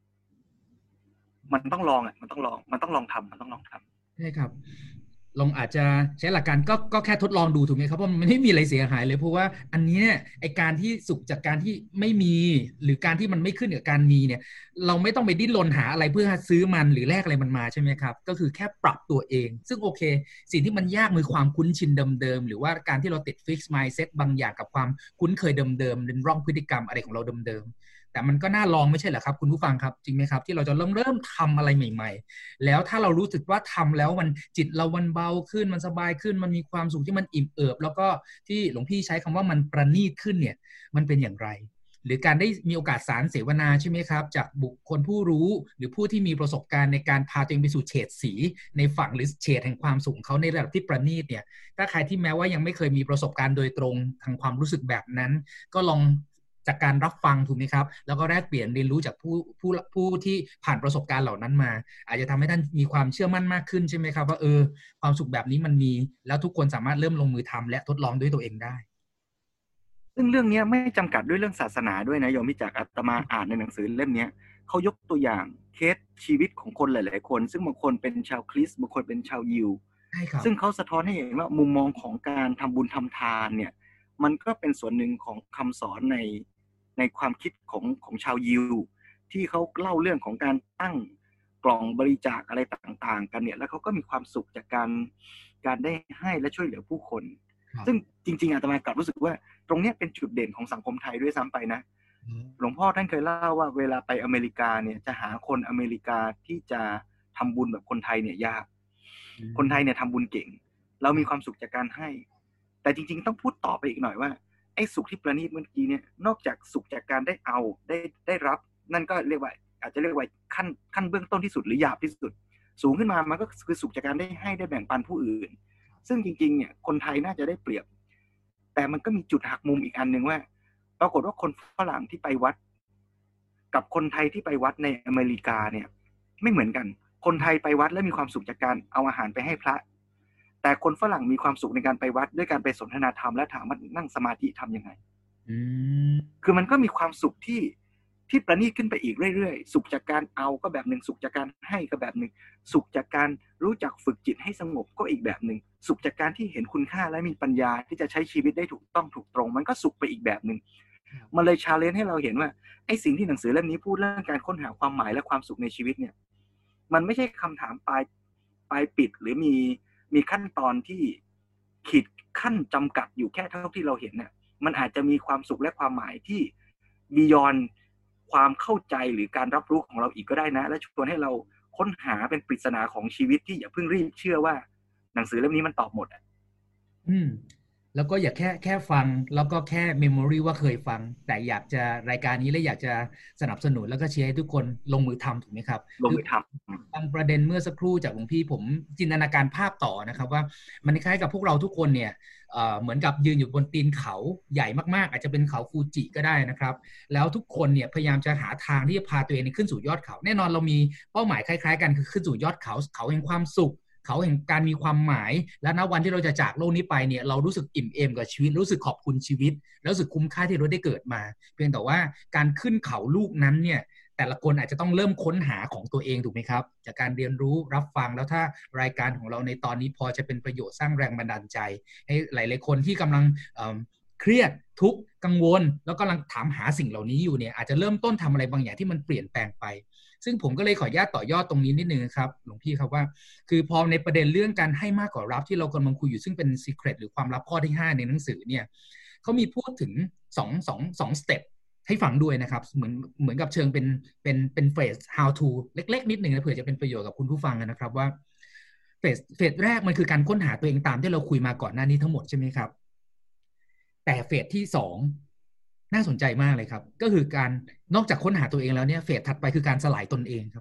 มันต้องลองอ่ะมันต้องลองมันต้องลองทำมันต้องลองทำใช่ครับลองอาจจะใช้หลักการก็ก็แค่ทดลองดูถูกไหมครับเพราะมันไม่มีอะไรเสียหายเลยเพราะว่าอันนี้เนี่ยไอการที่สุขจากการที่ไม่มีหรือการที่มันไม่ขึ้นกับการมีเนี่ยเราไม่ต้องไปดิ้นรนหาอะไรเพื่อซื้อมันหรือแลกอะไรมันมาใช่ไหมครับก็คือแค่ปรับตัวเองซึ่งโอเคสิ่งที่มันยากคือความคุ้นชินเดิมๆหรือว่าการที่เราติด fix mindset บางอย่างกับความคุ้นเคยเดิมๆเป็นร่องพฤติกรรมอะไรของเราเดิมๆแต่มันก็น่าลองไม่ใช่เหรอครับคุณผู้ฟังครับจริงไหมครับที่เราจะเริ่มเริ่มทำอะไรใหม่ๆแล้วถ้าเรารู้สึกว่าทำแล้วมันจิตเรามันเบาขึ้นมันสบายขึ้นมันมีความสุขที่มันอิ่มเอิบแล้วก็ที่หลวงพี่ใช้คำว่ามันประณีตขึ้นเนี่ยมันเป็นอย่างไรหรือการได้มีโอกาสสารเสวนาใช่ไหมครับจากบุคคลผู้รู้หรือผู้ที่มีประสบการณ์ในการพาตัวเองไปสู่เฉดสีในฝั่งหรือเฉดแห่งความสุขเขาในระดับที่ประณีตเนี่ยถ้าใครที่แม้ว่ายังไม่เคยมีประสบการณ์โดยตรงทางความรู้สึกแบบนั้นก็ลองจากการรับฟังถูกไหมครับแล้วก็แลกเปลี่ยนเรียนรู้จากผู้ผู้ผู้ที่ผ่านประสบการณ์เหล่านั้นมาอาจจะทำให้ท่านมีความเชื่อมั่นมากขึ้นใช่ไหมครับว่าเออความสุขแบบนี้มันมีแล้วทุกคนสามารถเริ่มลงมือทำและทดลองด้วยตัวเองได้ซึ่งเรื่องนี้ไม่จำกัดด้วยเรื่องศาสนาด้วยนะโยมพิจักอาตมาอ่านในหนังสือเล่มนี้เขายกตัวอย่างเคสชีวิตของคนหลายๆคนซึ่งบางคนเป็นชาวคริสต์บางคนเป็นชาวยิวซึ่งเขาสะท้อนให้เห็นว่ามุมมองของการทำบุญทำทานเนี่ยมันก็เป็นส่วนหนึ่งของคำสอนในในความคิดของของชาวยิวที่เขาเล่าเรื่องของการตั้งกล่องบริจาคอะไรต่างๆกันเนี่ยแล้วเขาก็มีความสุขจากการการได้ให้และช่วยเหลือผู้คนซึ่งจริงๆอาตมากลับรู้สึกว่าตรงนี้เป็นจุดเด่นของสังคมไทยด้วยซ้ำไปนะหลวงพ่อท่านเคยเล่าว่าเวลาไปอเมริกาเนี่ยจะหาคนอเมริกาที่จะทำบุญแบบคนไทยเนี่ยยากคนไทยเนี่ยทำบุญเก่งเรามีความสุขจากการให้แต่จริงๆต้องพูดต่อไปอีกหน่อยว่าไอ้สุขที่ประณีตเมื่อกี้เนี่ยนอกจากสุขจากการได้เอาได้ได้รับนั่นก็เรียกว่าอาจจะเรียกว่าขั้นขั้นเบื้องต้นที่สุดหรือหยาบที่สุดสูงขึ้นมามันก็คือสุขจากการได้ให้ได้แบ่งปันผู้อื่นซึ่งจริงๆเนี่ยคนไทยน่าจะได้เปรียบแต่มันก็มีจุดหักมุมอีกอันนึงว่าปรากฏว่าคนฝรั่งที่ไปวัดกับคนไทยที่ไปวัดในอเมริกาเนี่ยไม่เหมือนกันคนไทยไปวัดและมีความสุขจากการเอาอาหารไปให้พระแต่คนฝรั่งมีความสุขในการไปวัดด้วยการไปสนทนาธรรมและถามว่านั่งสมาธิทำยังไงคือมันก็มีความสุขที่ที่ประณีตขึ้นไปอีกเรื่อยๆสุขจากการเอาก็แบบนึงสุขจากการให้ก็แบบนึงสุขจากการรู้จักฝึกจิตให้สงบก็อีกแบบนึงสุขจากการที่เห็นคุณค่าและมีปัญญาที่จะใช้ชีวิตได้ถูกต้องถูกตรงมันก็สุขไปอีกแบบนึงมันเลยชาเลนจ์ให้เราเห็นว่าไอ้สิ่งที่หนังสือเล่มนี้พูดเรื่องการค้นหาความหมายและความสุขในชีวิตเนี่ยมันไม่ใช่คำถามปลายปลายปิดหรือมีมีขั้นตอนที่ขีดขั้นจำกัดอยู่แค่เท่าที่เราเห็นเนี่ยมันอาจจะมีความสุขและความหมายที่บียอนความเข้าใจหรือการรับรู้ของเราอีกก็ได้นะและชวนให้เราค้นหาเป็นปริศนาของชีวิตที่อย่าเพิ่งรีบเชื่อว่าหนังสือเล่มนี้มันตอบหมดอ่ะอืมแล้วก็อย่าแค่แค่ฟังแล้วก็แค่เมมโมรีว่าเคยฟังแต่อยากจะรายการนี้แล้วอยากจะสนับสนุนแล้วก็เชียร์ให้ทุกคนลงมือทำถูกไหมครับลงมือทำบางประเด็นเมื่อสักครู่จากหลวงพี่ผมจินตนาการภาพต่อนะครับว่ามันคล้ายกับพวกเราทุกคนเนี่ยเหมือนกับยืนอยู่บนตีนเขาใหญ่มากๆอาจจะเป็นเขาฟูจิก็ได้นะครับแล้วทุกคนเนี่ยพยายามจะหาทางที่จะพาตัวเองขึ้นสู่ยอดเขาแน่นอนเรามีเป้าหมายคล้ายๆกันคือขึ้นสู่ยอดเขาเขาแห่งความสุขเขาแห่งการมีความหมายและณวันที่เราจะจากโลกนี้ไปเนี่ยเรารู้สึกอิ่มเอมกับชีวิตรู้สึกขอบคุณชีวิตแล้วรู้สึกคุ้มค่าที่เราได้เกิดมาเพียงแต่ว่าการขึ้นเขาลูกนั้นเนี่ยแต่ละคนอาจจะต้องเริ่มค้นหาของตัวเองถูกไหมครับจากการเรียนรู้รับฟังแล้วถ้ารายการของเราในตอนนี้พอจะเป็นประโยชน์สร้างแรงบันดาลใจให้หลายๆคนที่กำลังเครียดทุกข์กังวลแล้วกำลังถามหาสิ่งเหล่านี้อยู่เนี่ยอาจจะเริ่มต้นทำอะไรบางอย่างที่มันเปลี่ยนแปลงไปซึ่งผมก็เลยขออนุญาตต่อยอดตรงนี้นิดนึงครับหลวงพี่ครับว่าคือพอในประเด็นเรื่องการให้มากกว่ารับที่เรากำลังคุยอยู่ซึ่งเป็น secret หรือความลับข้อที่ห้าในหนังสือเนี่ยเขามีพูดถึงสองสองสองสเต็ปให้ฟังด้วยนะครับเหมือนเหมือนกับเชิงเป็นเป็นเป็นเฟส how to เล็กๆนิดนึงนะเผื่อจะเป็นประโยชน์กับคุณผู้ฟังนะครับว่าเฟสเฟสแรกมันคือการค้นหาตัวเองตามที่เราคุยมาก่อนหน้านี้ทั้งหมดใช่ไหมครับแต่เฟสที่สองน่าสนใจมากเลยครับก็คือการนอกจากค้นหาตัวเองแล้วเนี่ยเฟสถัดไปคือการสลายตนเองครับ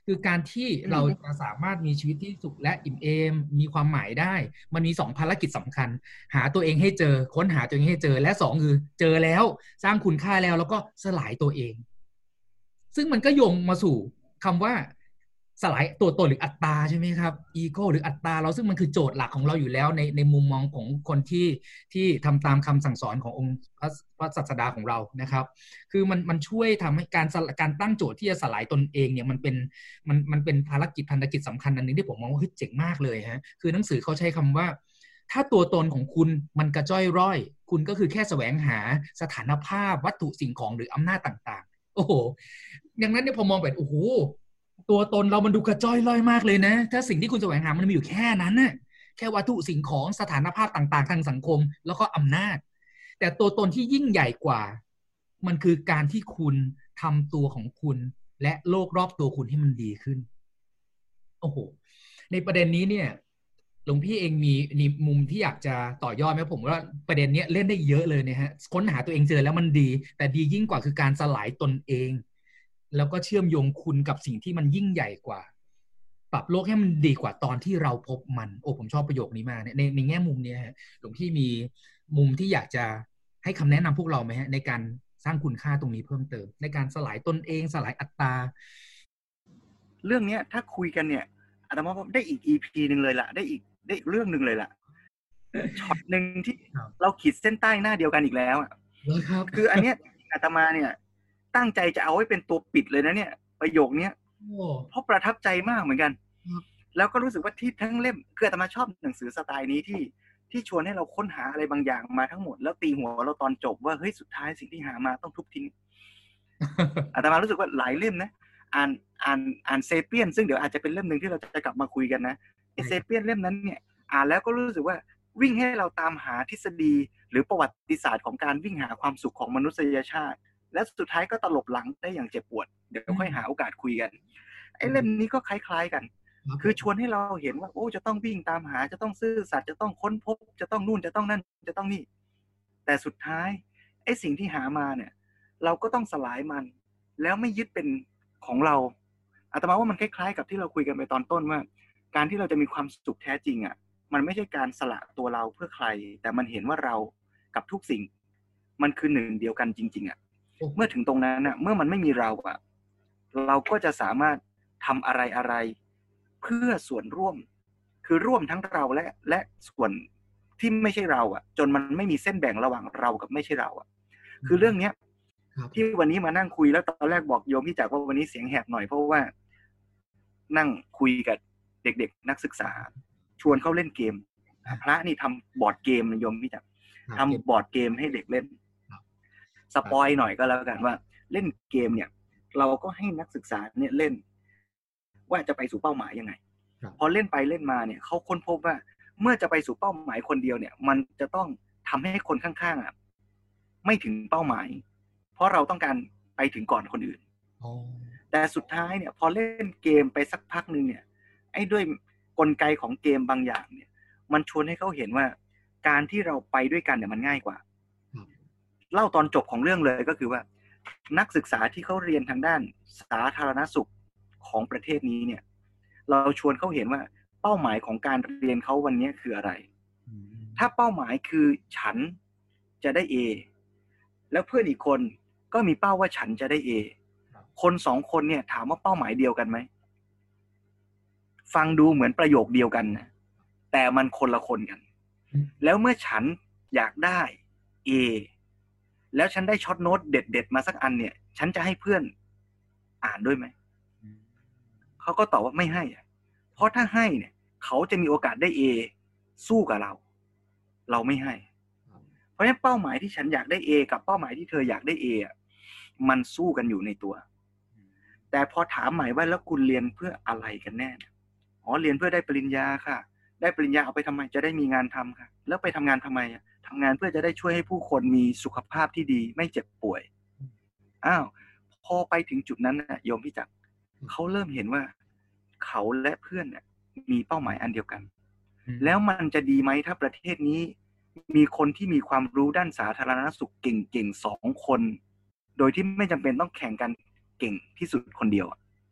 คือการที่เราจะสามารถมีชีวิตที่สุขและอิ่มเอมมีความหมายได้มันมีสองภารกิจสำคัญหาตัวเองให้เจอค้นหาตัวเองให้เจอและสองคือเจอแล้วสร้างคุณค่าแล้วแล้วก็สลายตัวเองซึ่งมันก็โยงมาสู่คำว่าสลายตัวตนหรืออัตตาใช่ไหมครับอีโก้หรืออัตตาเราซึ่งมันคือโจทย์หลักของเราอยู่แล้วในในมุมมองของคนที่ที่ทำตามคำสั่งสอนขององค์พระพระศาสดาของเรานะครับคือมันมันช่วยทำให้การการตั้งโจทย์ที่จะสลายตนเองเนี่ยมันเป็นมันมันเป็นภารกิจพันธกิจสำคัญอันนึงที่ผมมองว่าเฮ้ยเจ๋งมากเลยฮะคือหนังสือเขาใช้คำว่าถ้าตัวตนของคุณมันกระจ้อยร่อยคุณก็คือแค่แสวงหาสถานภาพวัตถุสิ่งของหรืออำนาจต่างๆโอ้โหดังนั้นเนี่ยพอมองแบบโอ้โหตัวตนเรามันดูกระจ้อยร่อยมากเลยนะถ้าสิ่งที่คุณแสวงหามันมีอยู่แค่นั้นน่ะแค่วัตถุสิ่งของสถานภาพต่างๆทางสังคมแล้วก็อำนาจแต่ตัวตนที่ยิ่งใหญ่กว่ามันคือการที่คุณทำตัวของคุณและโลกรอบตัวคุณให้มันดีขึ้นโอ้โหในประเด็นนี้เนี่ยหลวงพี่เองมีมีมุมที่อยากจะต่อยอดไหมผมว่าประเด็นนี้เล่นได้เยอะเลยนะฮะค้นหาตัวเองเจอแล้วมันดีแต่ดียิ่งกว่าคือการสลายตนเองแล้วก็เชื่อมโยงคุณกับสิ่งที่มันยิ่งใหญ่กว่าปรับโลกให้มันดีกว่าตอนที่เราพบมันโอ้ผมชอบประโยคนี้มากในในแง่มุมนี้ฮะหลวงพี่มีมุมที่อยากจะให้คำแนะนำพวกเราไหมฮะในการสร้างคุณค่าตรงนี้เพิ่มเติมในการสลายตนเองสลายอัตตาเรื่องนี้ถ้าคุยกันเนี่ยอาตมาว่าได้อีก อี พี นึงเลยล่ะได้อีกได้อีกเรื่องนึงเลยล่ะช็อตนึงที่เราขีดเส้นใต้หน้าเดียวกันอีกแล้วอ่ะคืออันเนี้ยอาตมาเนี่ยตั้งใจจะเอาไว้เป็นตัวปิดเลยนะเนี่ยประโยคนี้เพราะประทับใจมากเหมือนกันแล้วก็รู้สึกว่าที่ทั้งเล่มคืออาตมาชอบหนังสือสไตล์นี้ที่ที่ชวนให้เราค้นหาอะไรบางอย่างมาทั้งหมดแล้วตีหัวเราตอนจบว่าเฮ้ยสุดท้ายสิ่งที่หามาต้องทุบทิ้งอาตมารู้สึกว่าหลายเล่มนะอ่านอ่านอ่านเซเปียนซึ่งเดี๋ยวอาจจะเป็นเล่มหนึ่งที่เราจะกลับมาคุยกันนะไอเซเปียนเล่มนั้นเนี่ยอ่านแล้วก็รู้สึกว่าวิ่งให้เราตามหาทฤษฎีหรือประวัติศาสตร์ของการวิ่งหาความสุขของมนุษยชาติและสุดท้ายก็ตลบหลังได้อย่างเจ็บปวดเดี๋ยวค่อยหาโอกาสคุยกันไอเล่มนี้ก็คล้ายๆกันคือชวนให้เราเห็นว่าโอ้จะต้องวิ่งตามหาจะต้องซื่อสัตย์จะต้องค้นพบจะต้องนู่นจะต้องนั่นจะต้องนี่แต่สุดท้ายไอสิ่งที่หามาเนี่ยเราก็ต้องสลายมันแล้วไม่ยึดเป็นของเราอาตมาว่ามันคล้ายๆกับที่เราคุยกันไปตอนต้นว่าการที่เราจะมีความสุขแท้จริงอ่ะมันไม่ใช่การสละตัวเราเพื่อใครแต่มันเห็นว่าเรากับทุกสิ่งมันคือหนึ่งเดียวกันจริงๆอ่ะเมื่อถึงตรงนั้นอ่ะเมื่อมันไม่มีเราอ่ะเราก็จะสามารถทำอะไรอะไรเพื่อส่วนร่วมคือร่วมทั้งเราและและส่วนที่ไม่ใช่เราอ่ะจนมันไม่มีเส้นแบ่งระหว่างเรากับไม่ใช่เราอ่ะคือเรื่องเนี้ยที่วันนี้มานั่งคุยแล้วตอนแรกบอกโยมพี่จักรว่าวันนี้เสียงแหบหน่อยเพราะว่านั่งคุยกับเด็กๆนักศึกษาชวนเขาเล่นเกมพระนี่ทำบอร์ดเกมโยมพี่จักรทำบอร์ดเกมให้เด็กเล่นสปอยหน่อยก็แล้วกันว่าเล่นเกมเนี่ยเราก็ให้นักศึกษาเนี่ยเล่นว่าจะไปสู่เป้าหมายยังไงพอเล่นไปเล่นมาเนี่ยเขาค้นพบว่าเมื่อจะไปสู่เป้าหมายคนเดียวเนี่ยมันจะต้องทำให้คนข้างๆอ่ะไม่ถึงเป้าหมายเพราะเราต้องการไปถึงก่อนคนอื่นแต่สุดท้ายเนี่ยพอเล่นเกมไปสักพักนึงเนี่ยไอ้ด้วยกลไกของเกมบางอย่างเนี่ยมันชวนให้เขาเห็นว่าการที่เราไปด้วยกันเนี่ยมันง่ายกว่าเล่าตอนจบของเรื่องเลยก็คือว่านักศึกษาที่เขาเรียนทางด้านสาธารณสุขของประเทศนี้เนี่ยเราชวนเขาเห็นว่าเป้าหมายของการเรียนเขาวันนี้คืออะไรถ้าเป้าหมายคือฉันจะได้ A แล้วเพื่อนอีกคนก็มีเป้าว่าฉันจะได้ A คนสองคนเนี่ยถามว่าเป้าหมายเดียวกันไหมฟังดูเหมือนประโยคเดียวกันนะแต่มันคนละคนกันแล้วเมื่อฉันอยากได้ A แล้วฉันได้ช็อตโน้ตเด็ดๆมาสักอันเนี่ยฉันจะให้เพื่อนอ่านด้วยไหมเขาก็ตอบว่าไม่ให้เพราะถ้าให้เนี่ยเขาจะมีโอกาสได้ A สู้กับเราเราไม่ให้เพราะฉะนั้นเป้าหมายที่ฉันอยากได้ A กับเป้าหมายที่เธออยากได้ A อ่ะมันสู้กันอยู่ในตัวแต่พอถามใหม่ว่าแล้วคุณเรียนเพื่ออะไรกันแน่อ๋อเรียนเพื่อได้ปริญญาค่ะได้ปริญญาเอาไปทำไมจะได้มีงานทำค่ะแล้วไปทำงานทำไมอ่ะทำงานเพื่อจะได้ช่วยให้ผู้คนมีสุขภาพที่ดีไม่เจ็บป่วยอ้าวพอไปถึงจุดนั้นนะโยมพี่จักรเขาเริ่มเห็นว่าเขาและเพื่อนเนี่ยมีเป้าหมายอันเดียวกันแล้วมันจะดีไหมถ้าประเทศนี้มีคนที่มีความรู้ด้านสาธารณสุขเก่งๆสองคนโดยที่ไม่จำเป็นต้องแข่งกันเก่งที่สุดคนเดียว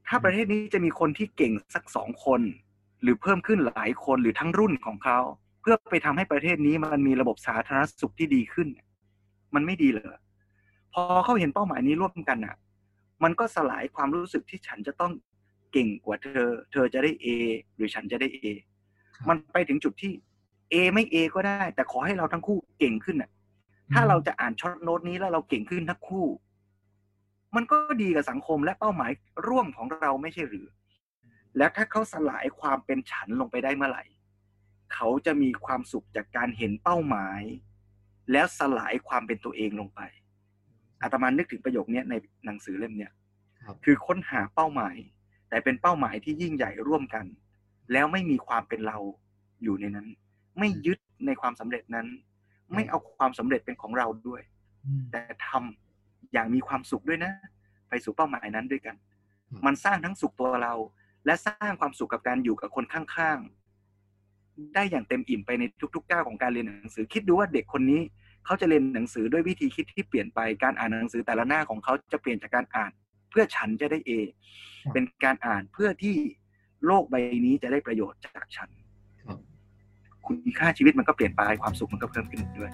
ถ้าประเทศนี้จะมีคนที่เก่งสักสองคนหรือเพิ่มขึ้นหลายคนหรือทั้งรุ่นของเขาเพื่อไปทำให้ประเทศนี้มันมีระบบสาธารณสุขที่ดีขึ้นมันไม่ดีเลยพอเขาเห็นเป้าหมายนี้ร่วมกันอ่ะมันก็สลายความรู้สึกที่ฉันจะต้องเก่งกว่าเธอเธอจะได้ A หรือฉันจะได้ A มันไปถึงจุดที่ A ไม่ A ก็ได้แต่ขอให้เราทั้งคู่เก่งขึ้นอ่ะถ้าเราจะอ่านช็อตโน้ตนี้แล้วเราเก่งขึ้นทั้งคู่มันก็ดีกับสังคมและเป้าหมายร่วมของเราไม่ใช่หรือแล้วถ้าเขาสลายความเป็นฉันลงไปได้เมื่อไหร่เขาจะมีความสุขจากการเห็นเป้าหมายแล้วสลายความเป็นตัวเองลงไปอาตมานึกถึงประโยคนี้ในหนังสือเล่มนี้คือค้นหาเป้าหมายแต่เป็นเป้าหมายที่ยิ่งใหญ่ร่วมกันแล้วไม่มีความเป็นเราอยู่ในนั้นไม่ยึดในความสำเร็จนั้นไม่เอาความสำเร็จเป็นของเราด้วยแต่ทำอย่างมีความสุขด้วยนะไปสู่เป้าหมายนั้นด้วยกันมันสร้างทั้งสุขตัวเราและสร้างความสุขกับการอยู่กับคนข้างๆได้อย่างเต็มอิ่มไปในทุกๆก้าวของการเรียนหนังสือคิดดูว่าเด็กคนนี้เขาจะเรียนหนังสือด้วยวิธีคิดที่เปลี่ยนไปการอ่านหนังสือแต่ละหน้าของเขาจะเปลี่ยนจากการอ่านเพื่อฉันจะได้ A เป็นการอ่านเพื่อที่โลกใบนี้จะได้ประโยชน์จากฉันคุณค่าชีวิตมันก็เปลี่ยนไปความสุขมันก็เพิ่มขึ้นด้วย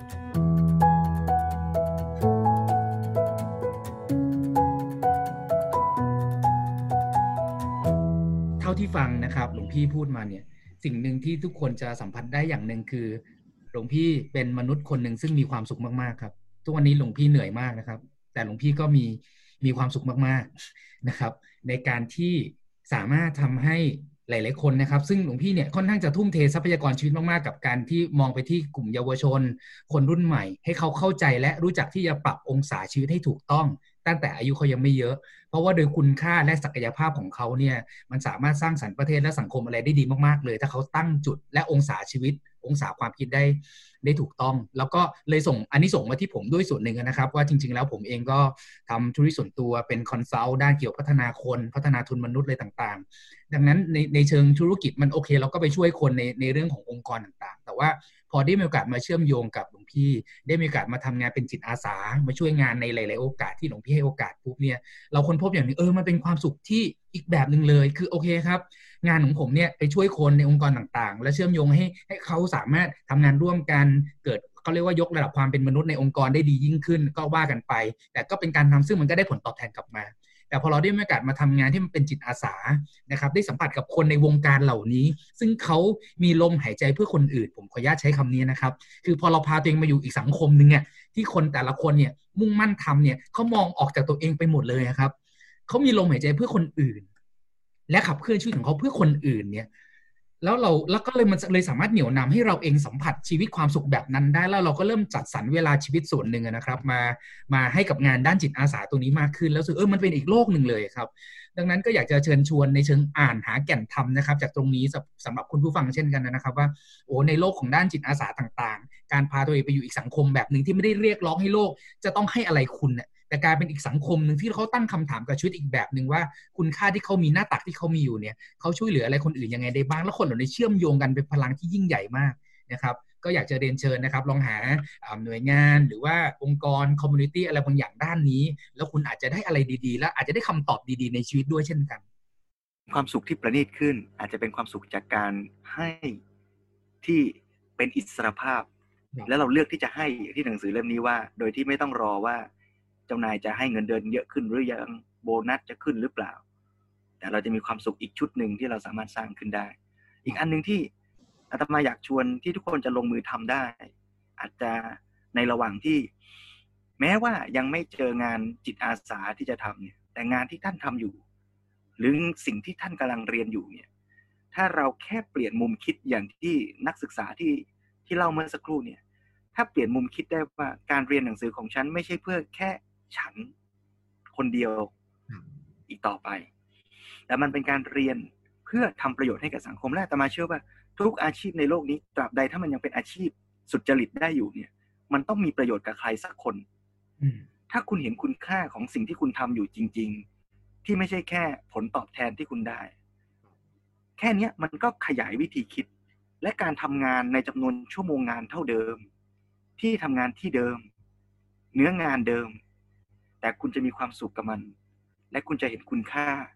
เท่าที่ฟังนะครับหลวงพี่พูดมาเนี่ยสิ่งหนึ่งที่ทุกคนจะสัมผัสได้อย่างหนึ่งคือหลวงพี่เป็นมนุษย์คนหนึ่งซึ่งมีความสุขมากๆครับทุกวันนี้หลวงพี่เหนื่อยมากนะครับแต่หลวงพี่ก็มีมีความสุขมากๆนะครับในการที่สามารถทำให้หลายๆคนนะครับซึ่งหลวงพี่เนี่ยค่อนข้างจะทุ่มเททรัพยากรชีวิตมากๆกับการที่มองไปที่กลุ่มเยาวชนคนรุ่นใหม่ให้เขาเข้าใจและรู้จักที่จะปรับองศาชีวิตให้ถูกต้องตั้งแต่อายุเขายังไม่เยอะเพราะว่าโดยคุณค่าและศักยภาพของเขาเนี่ยมันสามารถสร้างสรรค์ประเทศและสังคมอะไรได้ดีมากๆเลยถ้าเขาตั้งจุดและองศาชีวิตองศาความคิดได้ได้ถูกต้องแล้วก็เลยส่งอันนี้ส่งมาที่ผมด้วยส่วนหนึ่งนะครับว่าจริงๆแล้วผมเองก็ทำธุรกิจส่วนตัวเป็นคอนซัลท์ด้านเกี่ยวพัฒนาคนพัฒนาทุนมนุษย์อะไรต่างๆดังนั้นในในเชิงธุรกิจมันโอเคเราก็ไปช่วยคนในในเรื่องขององค์กรต่างๆแต่ว่าพอได้มีโอกาสมาเชื่อมโยงกับหลวงพี่ได้มีโอกาสมาทำงานเป็นจิตอาสามาช่วยงานในหลายๆโอกาสที่หลวงพี่ให้โอกาสปุ๊บเนี่ยเราค้นพบอย่างนึงเออมันเป็นความสุขที่อีกแบบนึงเลยคือโอเคครับงานของผมเนี่ยไปช่วยคนในองค์กรต่างๆและเชื่อมโยงให้ให้เขาสามารถทำงานร่วมกันเกิดเขาเรียกว่ายกระดับความเป็นมนุษย์ในองค์กรได้ดียิ่งขึ้นก็ว่ากันไปแต่ก็เป็นการทำซึ่งมันก็ได้ผลตอบแทนกลับมาแต่พอเราได้มีโอกาสมาทำงานที่มันเป็นจิตอาสานะครับได้สัมผัสกับคนในวงการเหล่านี้ซึ่งเขามีลมหายใจเพื่อคนอื่นผมขออนุญาตใช้คำนี้นะครับคือพอเราพาตัวเองมาอยู่อีกสังคมนึงเนี่ยที่คนแต่ละคนเนี่ยมุ่งมั่นทำเนี่ยเขามองออกจากตัวเองไปหมดเลยครับเขามีลมหายใจเพื่อคนอื่นและขับเคลื่อนชีวิตของเขาเพื่อคนอื่นเนี่ยแล้วเราแล้วก็เลยมันเลยสามารถเหนี่ยวนำให้เราเองสัมผัสชีวิตความสุขแบบนั้นได้แล้วเราก็เริ่มจัดสรรเวลาชีวิตส่วนหนึ่งนะครับมามาให้กับงานด้านจิตอาสาตรงนี้มากขึ้นแล้วสึกเออมันเป็นอีกโลกหนึ่งเลยครับดังนั้นก็อยากจะเชิญชวนในเชิงอ่านหาแก่นธรรมนะครับจากตรงนี้สำหรับคุณผู้ฟังเช่นกันนะครับว่าโอ้ในโลกของด้านจิตอาสาต่างๆการพาตัวเองไปอยู่อีกสังคมแบบนึงที่ไม่ได้เรียกร้องให้โลกจะต้องให้อะไรคุณเนี่ยแต่กลายเป็นอีกสังคมหนึ่งที่เขาตั้งคำถามกับชีวิตอีกแบบหนึ่งว่าคุณค่าที่เขามีหน้าตักที่เขามีอยู่เนี่ยเขาช่วยเหลืออะไรคนอื่นยังไงได้บ้างแล้วคนเหล่านี้เชื่อมโยงกันเป็นพลังที่ยิ่งใหญ่มากนะครับก็อยากจะเรียนเชิญนะครับลองหาหน่วยงานหรือว่าองค์กรคอมมูนิตี้อะไรบางอย่างด้านนี้แล้วคุณอาจจะได้อะไรดีๆและอาจจะได้คำตอบดีๆในชีวิตด้วยเช่นกันความสุขที่ประณีตขึ้นอาจจะเป็นความสุขจากการให้ที่เป็นอิสรภาพแล้วเราเลือกที่จะให้ที่หนังสือเล่มนี้ว่าโดยที่ไม่ต้องรอว่าเจ้านายจะให้เงินเดือนเยอะขึ้นหรือยังโบนัสจะขึ้นหรือเปล่าแต่เราจะมีความสุขอีกชุดหนึ่งที่เราสามารถสร้างขึ้นได้อีกอันนึงที่อาตมาอยากชวนที่ทุกคนจะลงมือทำได้อาจจะในระหว่างที่แม้ว่ายังไม่เจองานจิตอาสาที่จะทำเนี่ยแต่งานที่ท่านทำอยู่หรือสิ่งที่ท่านกำลังเรียนอยู่เนี่ยถ้าเราแค่เปลี่ยนมุมคิดอย่างที่นักศึกษาที่ที่เล่าเมื่อสักครู่เนี่ยถ้าเปลี่ยนมุมคิดได้ว่าการเรียนหนังสือของฉันไม่ใช่เพื่อแค่ฉันคนเดียวอีกต่อไปแต่มันเป็นการเรียนเพื่อทำประโยชน์ให้กับสังคมและอาตมาเชื่อว่าทุกอาชีพในโลกนี้ตราบใดถ้ามันยังเป็นอาชีพสุจริตได้อยู่เนี่ยมันต้องมีประโยชน์กับใครสักคนถ้าคุณเห็นคุณค่าของสิ่งที่คุณทำอยู่จริงๆที่ไม่ใช่แค่ผลตอบแทนที่คุณได้แค่นี้มันก็ขยายวิธีคิดและการทำงานในจำนวนชั่วโมงงานเท่าเดิมที่ทำงานที่เดิมเนื้องานเดิมแต่คุณจะมีความสุขกับมันและคุณจะเห็นคุณค่า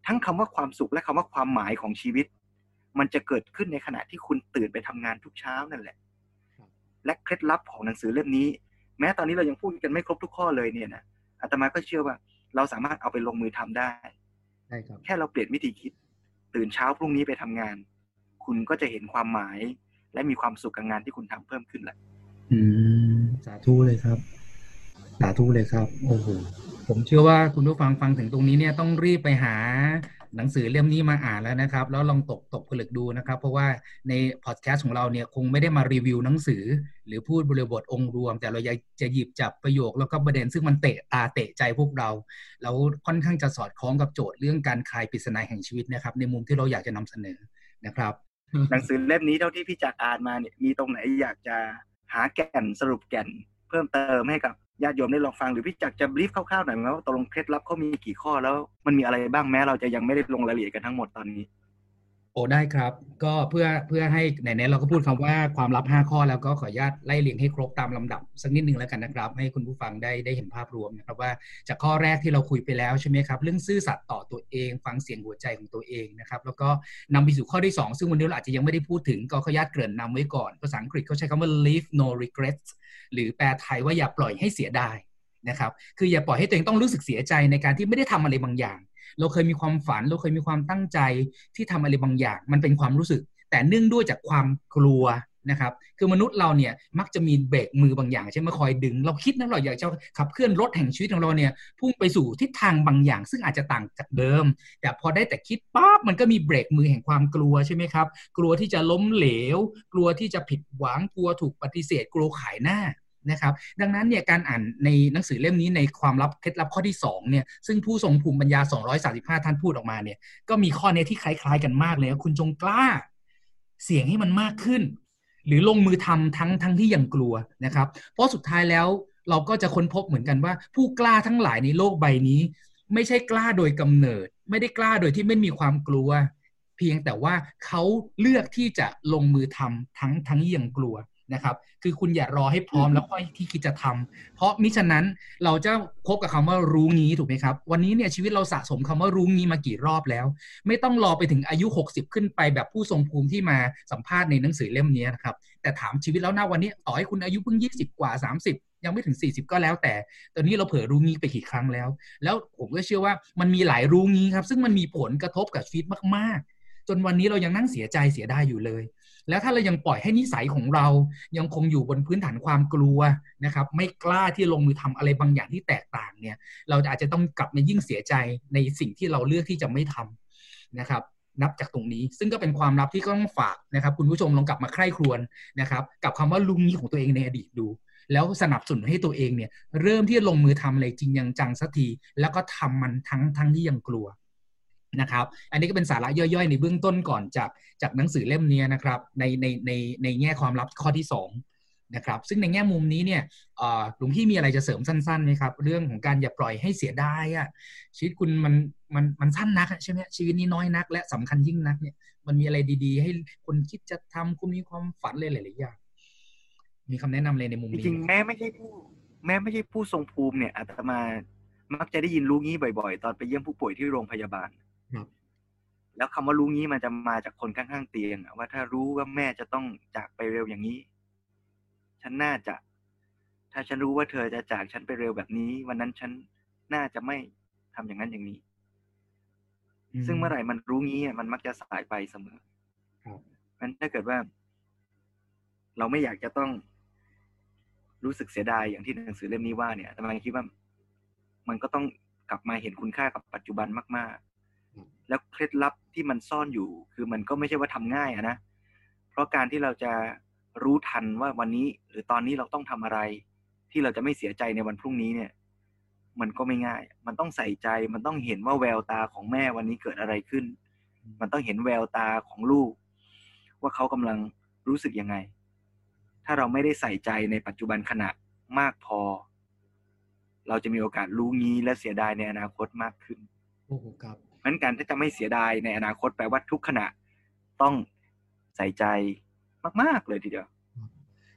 ทั้งคำว่าความสุขและคำว่าความหมายของชีวิตมันจะเกิดขึ้นในขณะที่คุณตื่นไปทำงานทุกเช้านั่นแหละและเคล็ดลับของหนังสือเล่มนี้แม้ตอนนี้เรายังพูดกันไม่ครบทุกข้อเลยเนี่ยนะอาตมาก็เชื่อว่าเราสามารถเอาไปลงมือทำได้ใช่ครับแค่เราเปลี่ยนวิธีคิดตื่นเช้าพรุ่งนี้ไปทำงานคุณก็จะเห็นความหมายและมีความสุขกับงานที่คุณทำเพิ่มขึ้นแหละอืมสาธุเลยครับสาธุเลยครับโอ้โหผมเชื่อว่าคุณผู้ฟังฟังถึงตรงนี้เนี่ยต้องรีบไปหาหนังสือเล่มนี้มาอ่านแล้วนะครับแล้วลองตกตกผลึกดูนะครับเพราะว่าในพอดแคสต์ของเราเนี่ยคงไม่ได้มารีวิวหนังสือหรือพูดบริบทองค์รวมแต่เราจะหยิบจับประโยคแล้วก็ประเด็นซึ่งมันเตะตาเตะใจพวกเราแล้วค่อนข้างจะสอดคล้องกับโจทย์เรื่องการคลายปริศนาแห่งชีวิตนะครับในมุมที่เราอยากจะนำเสนอนะครับหนังสือเล่มนี้เท่าที่พี่จักรอ่านมาเนี่ยมีตรงไหนอยากจะหาแก่นสรุปแก่นเพิ่มเติมให้กับญาติโยมได้ลองฟังหรือพี่จักรจะบรีฟคร่าวๆหน่อยไหมว่าตกลงเคล็ดลับเขามีกี่ข้อแล้วมันมีอะไรบ้างแม้เราจะยังไม่ได้ลงรายละเอียดกันทั้งหมดตอนนี้โอ้ได้ครับก็เพื่อเพื่อให้ไหนๆเราก็พูดคำว่าความลับห้าข้อแล้วก็ขออนุญาตไล่เรียงให้ครบตามลำดับสักนิดนึงแล้วกันนะครับให้คุณผู้ฟังได้ได้เห็นภาพรวมนะครับว่าจากข้อแรกที่เราคุยไปแล้วใช่ไหมครับเรื่องซื่อสัตย์ต่อตัวเองฟังเสียงหัวใจของตัวเองนะครับแล้วก็นำไปสู่ข้อที่สองซึ่งวันนี้เราอาจจะยังไม่ได้พูดถึงก็ขออนุญาตเกริ่นนำไว้ก่อนภาษาอังกฤษเขาใช้คำว่า leave no regrets หรือแปลไทยว่าอย่าปล่อยให้เสียดายนะครับคืออย่าปล่อยให้ตัวเองต้องรู้สึกเสียใจในการที่ไม่ได้ทำอะไรบางอย่างเราเคยมีความฝันเราเคยมีความตั้งใจที่ทำอะไรบางอย่างมันเป็นความรู้สึกแต่เนื่องด้วยจากความกลัวนะครับคือมนุษย์เราเนี่ยมักจะมีเบรกมือบางอย่างใช่ไหมคอยดึงเราคิดนะเราอยากจะขับเคลื่อนรถแห่งชีวิตของเราเนี่ยพุ่งไปสู่ทิศทางบางอย่างซึ่งอาจจะต่างจากเดิมแต่พอได้แต่คิดปั๊บมันก็มีเบรกมือแห่งความกลัวใช่ไหมครับกลัวที่จะล้มเหลวกลัวที่จะผิดหวังกลัวถูกปฏิเสธกลัวขายหน้านะครับดังนั้นเนี่ยการอ่านในหนังสือเล่มนี้ในความลับเคล็ดลับข้อที่สองเนี่ยซึ่งผู้ทรงภูมิปัญญาสองร้อยสามสิบห้าท่านพูดออกมาเนี่ยก็มีข้อนี้ที่คล้ายๆกันมากเลยคุณจงกล้าเสี่ยงให้มันมากขึ้นหรือลงมือทำทั้งทั้งที่ยังกลัวนะครับเพราะสุดท้ายแล้วเราก็จะค้นพบเหมือนกันว่าผู้กล้าทั้งหลายในโลกใบนี้ไม่ใช่กล้าโดยกำเนิดไม่ได้กล้าโดยที่ไม่มีความกลัวเพียงแต่ว่าเขาเลือกที่จะลงมือทำทั้งทั้งที่ยังกลัวนะครับคือคุณอย่ารอให้พร้อมแล้วค่อยที่คิดจะทำเพราะมิฉะนั้นเราจะพบกับคำว่ารู้งี้ถูกไหมครับวันนี้เนี่ยชีวิตเราสะสมคำว่ารู้งี้มากี่รอบแล้วไม่ต้องรอไปถึงอายุหกสิบขึ้นไปแบบผู้ทรงภูมิที่มาสัมภาษณ์ในหนังสือเล่มนี้นะครับแต่ถามชีวิตแล้วนะวันนี้ต่อให้คุณอายุเพิ่งยี่สิบกว่าสามสิบยังไม่ถึงสี่สิบก็แล้วแต่ตอนนี้เราเผลอรู้งี้ไปกี่ครั้งแล้วแล้วผมก็เชื่อว่ามันมีหลายรู้งี้ครับซึ่งมันมีผลกระทบกับชีวิตมากๆจนวันนี้เรายังนั่งเสียใจเสียดายอยู่เลยแล้วถ้าเรายังปล่อยให้นิสัยของเรายังคงอยู่บนพื้นฐานความกลัวนะครับไม่กล้าที่ลงมือทำอะไรบางอย่างที่แตกต่างเนี่ยเราอาจจะต้องกลับมายิ่งเสียใจในสิ่งที่เราเลือกที่จะไม่ทำนะครับนับจากตรงนี้ซึ่งก็เป็นความลับที่ก็ต้องฝากนะครับคุณผู้ชมลองกลับมาใคร่ครวญนะครับกับคำว่าลุงนี้ของตัวเองในอดีตดูแล้วสนับสนุนให้ตัวเองเนี่ยเริ่มที่จะลงมือทำอะไรจริงยังจังสักทีแล้วก็ทำมันทั้งทั้งที่ยังกลัวนะครับอันนี้ก็เป็นสาระย่อยๆในเบื้องต้นก่อนจากจากหนังสือเล่มนี้นะครับในในในในแง่ความลับข้อที่สองนะครับซึ่งในแง่มุมนี้เนี่ยหลวงพี่มีอะไรจะเสริมสั้นๆไหมครับเรื่องของการอย่าปล่อยให้เสียดายอ่ะชีวิตคุณมันมันมันสั้นนักใช่ไหมชีวิตนี้น้อยนักและสำคัญยิ่งนักเนี่ยมันมีอะไรดีๆให้คนคิดจะทำคุณมีความฝันเลยหลายๆอย่างมีคำแนะนำเลยในมุมนี้จริงๆแม้ไม่ใช่ผู้แม้ไม่ใช่ผู้ทรงภูมิเนี่ยอาตมามักจะได้ยินรู้งี้บ่อยๆตอนไปเยี่ยมผู้ป่วยที่โรงพยาบาลแล้วคำว่ารู้งี้มันจะมาจากคนข้างๆเตียงว่าถ้ารู้ว่าแม่จะต้องจากไปเร็วอย่างนี้ฉันน่าจะถ้าฉันรู้ว่าเธอจะจากฉันไปเร็วแบบนี้วันนั้นฉันน่าจะไม่ทำอย่างนั้นอย่างนี้ซึ่งเมื่อไหร่มันรู้งี้มันมักจะสายไปเสมอเพราะฉะนั้นถ้าเกิดว่าเราไม่อยากจะต้องรู้สึกเสียดายอย่างที่หนังสือเล่มนี้ว่าเนี่ยแต่มันคิดว่ามันก็ต้องกลับมาเห็นคุณค่ากับปัจจุบันมากๆแล้วเคล็ดลับที่มันซ่อนอยู่คือมันก็ไม่ใช่ว่าทำง่ายอะนะเพราะการที่เราจะรู้ทันว่าวันนี้หรือตอนนี้เราต้องทำอะไรที่เราจะไม่เสียใจในวันพรุ่งนี้เนี่ยมันก็ไม่ง่ายมันต้องใส่ใจมันต้องเห็นว่าแววตาของแม่วันนี้เกิดอะไรขึ้นมันต้องเห็นแววตาของลูกว่าเขากำลังรู้สึกยังไงถ้าเราไม่ได้ใส่ใจในปัจจุบันขณะมากพอเราจะมีโอกาสรู้งี้และเสียดายในอนาคตมากขึ้นโอ้โหครับงั้นการที่จะไม่เสียดายในอนาคตแปลว่าทุกขณะต้องใส่ใจมากๆเลยทีเดียว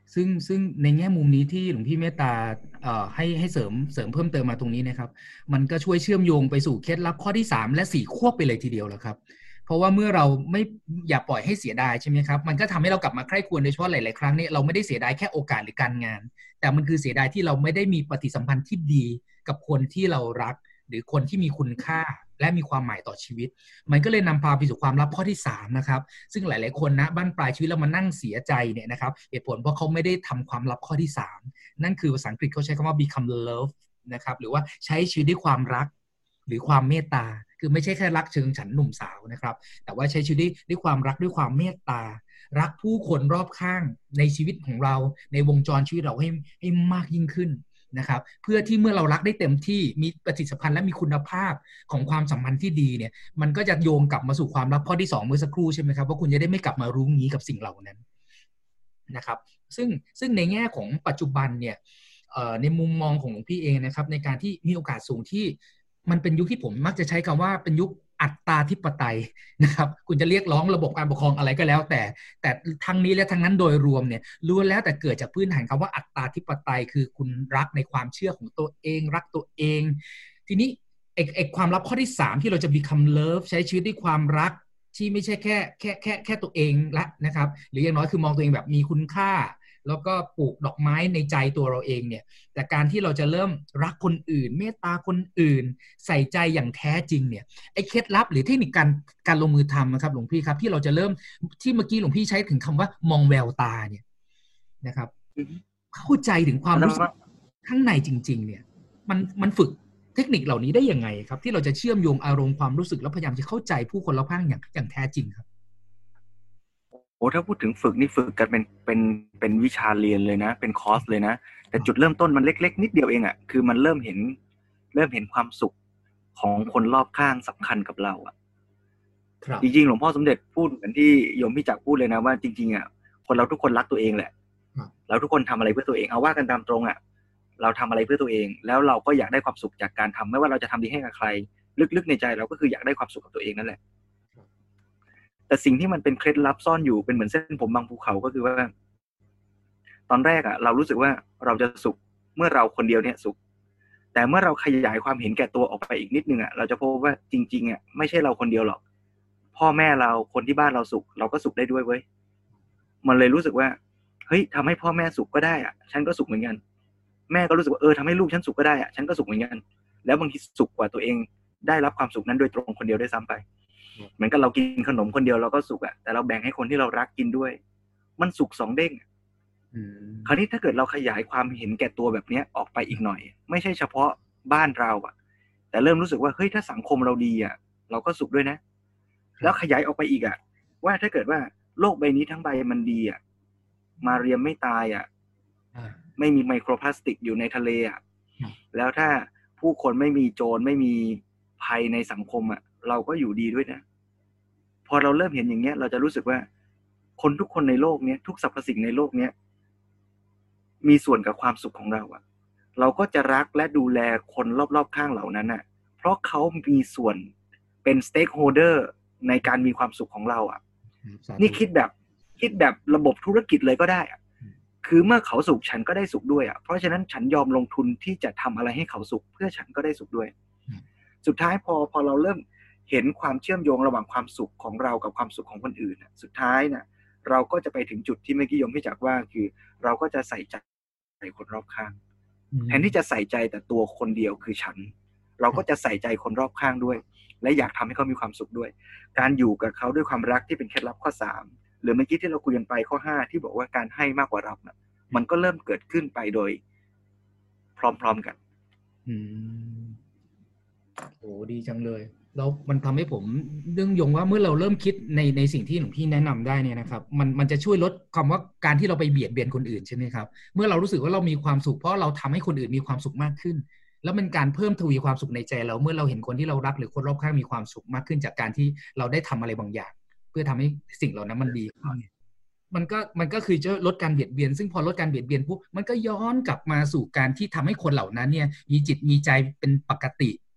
ซึ่งซึ่งในแง่มุมนี้ที่หลวงพี่เมตตาเอ่อให้ให้เสริมเสริมเพิ่มเติมมาตรงนี้นะครับมันก็ช่วยเชื่อมโยงไปสู่เคล็ดลับข้อที่สามและสี่ควบไปเลยทีเดียวแล้วครับเพราะว่าเมื่อเราไม่อย่าปล่อยให้เสียดายใช่ไหมครับมันก็ทำให้เรากลับมาใคร่ครวญโดยเฉพาะหลายๆครั้งเนี่ยเราไม่ได้เสียดายแค่โอกาสหรือการงานแต่มันคือเสียดายที่เราไม่ได้มีปฏิสัมพันธ์ที่ดีกับคนที่เรารักหรือคนที่มีคุณค่าและมีความหมายต่อชีวิตมันก็เลยนำพาไปสู่ความลับข้อที่สามนะครับซึ่งหลายๆคนนะบ้านปลายชีวิตแล้วมานั่งเสียใจเนี่ยนะครับเหตุผลเพราะเขาไม่ได้ทำความลับข้อที่สามนั่นคือภาษาอังกฤษเขาใช้คำว่า become love นะครับหรือว่าใช้ชีวิตด้วยความรักหรือความเมตตาคือไม่ใช่แค่รักเชิงฉันหนุ่มสาวนะครับแต่ว่าใช้ชีวิตด้วยความรักด้วยความเมตตารักผู้คนรอบข้างในชีวิตของเราในวงจรชีวิตเราให้ให้มากยิ่งขึ้นนะครับเพื่อที่เมื่อเรารักได้เต็มที่มีปฏิสัมพันธ์และมีคุณภาพของความสัมพันธ์ที่ดีเนี่ยมันก็จะโยงกลับมาสู่ความลับข้อที่สองเมื่อสักครู่ใช่ไหมครับว่าคุณจะได้ไม่กลับมารู้งี้กับสิ่งเหล่านั้นนะครับซึ่งซึ่งในแง่ของปัจจุบันเนี่ยในมุมมองของหลวงพี่เองนะครับในการที่มีโอกาสสูงที่มันเป็นยุคที่ผมมักจะใช้คำว่าเป็นยุคอัตตาธิปไตยนะครับคุณจะเรียกร้องระบบการปกครองอะไรก็แล้วแต่แต่ทั้งนี้และทั้งนั้นโดยรวมเนี่ยล้วนแล้วแต่เกิดจากพื้นฐานคำว่าอัตตาธิปไตยคือคุณรักในความเชื่อของตัวเองรักตัวเองทีนี้ไอ้ไอ้ความลับข้อที่สามที่เราจะ become love ใช้ชีวิตด้วยความรักที่ไม่ใช่แค่แค่แค่แค่ตัวเองละนะครับหรืออย่างน้อยคือมองตัวเองแบบมีคุณค่าแล้วก็ปลูกดอกไม้ในใจตัวเราเองเนี่ยแต่การที่เราจะเริ่มรักคนอื่นเมตตาคนอื่นใส่ใจอย่างแท้จริงเนี่ยไอ้เคล็ดลับหรือเทคนิคการการลงมือทำนะครับหลวงพี่ครับที่เราจะเริ่มที่เมื่อกี้หลวงพี่ใช้ถึงคำว่ามองแววตาเนี่ยนะครับเข้าใจถึงความรู้สึกข้างในจริงๆเนี่ยมันมันฝึกเทคนิคเหล่านี้ได้ยังไงครับที่เราจะเชื่อมโยงอารมณ์ความรู้สึกแล้วพยายามจะเข้าใจผู้คนรอบข้างอย่างอย่างแท้จริงครับโอ้ถ้าพูดถึงฝึกนี่ฝึกกันเป็นเป็นเป็นวิชาเรียนเลยนะเป็นคอร์สเลยนะแต่จุดเริ่มต้นมันเล็กๆนิดเดียวเองอ่ะคือมันเริ่มเห็นเริ่มเห็นความสุขของคนรอบข้างสำคัญกับเราอ่ะจริงๆหลวงพ่อสมเด็จพูดเหมือนที่โยมพี่จักรพูดเลยนะว่าจริงๆอ่ะคนเราทุกคนรักตัวเองแหละเราทุกคนทำอะไรเพื่อตัวเองเอาว่ากันตามตรงอ่ะเราทำอะไรเพื่อตัวเองแล้วเราก็อยากได้ความสุขจากการทำไม่ว่าเราจะทำดีให้กับใครลึกๆในใจเราก็คืออยากได้ความสุขกับตัวเองนั่นแหละแต่สิ่งที่มันเป็นเคล็ดลับซ่อนอยู่เป็นเหมือนเส้นผมบางภูเขาก็คือว่าตอนแรกอ่ะเรารู้สึกว่าเราจะสุขเมื่อเราคนเดียวเนี่ยสุขแต่เมื่อเราขยายความเห็นแก่ตัวออกไปอีกนิดนึงอ่ะเราจะพบว่าจริงๆอ่ะไม่ใช่เราคนเดียวหรอกพ่อแม่เราคนที่บ้านเราสุขเราก็สุขได้ด้วยเว้ยมันเลยรู้สึกว่าเฮ้ยทำให้พ่อแม่สุขก็ได้อ่ะฉันก็สุขเหมือนกันแม่ก็รู้สึกว่าเออทำให้ลูกฉันสุขก็ได้อ่ะฉันก็สุขเหมือนกันแล้วบางทีสุขกว่าตัวเองได้รับความสุขนั้นโดยตรงคนเดียวได้ซ้ำไปเหมือนกับเรากินขนมคนเดียวเราก็สุขอ่ะแต่เราแบ่งให้คนที่เรารักกินด้วยมันสุขสองเด้งคราวนี้ถ้าเกิดเราขยายความเห็นแก่ตัวแบบนี้ออกไปอีกหน่อยไม่ใช่เฉพาะบ้านเราอ่ะแต่เริ่มรู้สึกว่าเฮ้ยถ้าสังคมเราดีอ่ะเราก็สุขด้วยนะแล้วขยายออกไปอีกอ่ะว่าถ้าเกิดว่าโลกใบนี้ทั้งใบมันดีอ่ะมาเรียมไม่ตายอ่ะไม่มีไมโครพลาสติกอยู่ในทะเลอ่ะแล้วถ้าผู้คนไม่มีโจรไม่มีภัยในสังคมอ่ะเราก็อยู่ดีด้วยนะพอเราเริ่มเห็นอย่างเงี้ยเราจะรู้สึกว่าคนทุกคนในโลกเนี้ยทุกสรรพสิ่งในโลกเนี้ยมีส่วนกับความสุขของเราอ่ะเราก็จะรักและดูแลคนรอบๆข้างเหล่านั้นอ่ะเพราะเขามีส่วนเป็นสเต็กโฮลเดอร์ในการมีความสุขของเราอ่ะนี่คิดแบบคิดแบบระบบธุรกิจเลยก็ได้อ่ะคือเมื่อเขาสุขฉันก็ได้สุขด้วยอ่ะเพราะฉะนั้นฉันยอมลงทุนที่จะทำอะไรให้เขาสุขเพื่อฉันก็ได้สุขด้วยสุดท้ายพอพอเราเริ่มเห็นความเชื่อมโยงระหว่างความสุขของเรากับความสุขของคนอื่นสุดท้ายนะเราก็จะไปถึงจุดที่เมื่อกี้โยมพี่จักรว่าคือเราก็จะใส่ใจคนรอบข้างแทนที่จะใส่ใจแต่ตัวคนเดียวคือฉันเราก็จะใส่ใจคนรอบข้างด้วยและอยากทำให้เขามีความสุขด้วยการอยู่กับเขาด้วยความรักที่เป็นเคล็ดลับข้อสามหรือเมื่อกี้ที่เราคุยกันไปข้อห้าที่บอกว่าการให้มากกว่ารับนะมันก็เริ่มเกิดขึ้นไปโดยพร้อมๆกันอืมโอ้ดีจังเลยแล้วมันทำให้ผมเรื่องยงว่าเมื่อเราเริ่มคิดในในสิ่งที่หลวงพี่แนะนำได้เนี่ยนะครับมันมันจะช่วยลดคำว่าการที่เราไปเบียดเบียนคนอื่นใช่ไหมครับเมื่อเรารู้สึกว่าเรามีความสุขเพราะเราทำให้คนอื่นมีความสุขมากขึ้นแล้วเป็นการเพิ่มทวีความสุขในใจเราเมื่อเราเห็นคนที่เรารักหรือคนรอบข้างมีความสุขมากขึ้นจากการที่เราได้ทำอะไรบางอย่างเพื่อทำให้สิ่งเหล่านั้นมันดีมันก็มันก็คือจะลดการเบียดเบียนซึ่งพอลดการเบียดเบียนปุ๊บมันก็ย้อนกลับมาสู่การที่ทำให้คนเหล่านั้นเนี่ยมีจิตมีใจเป็นปกติ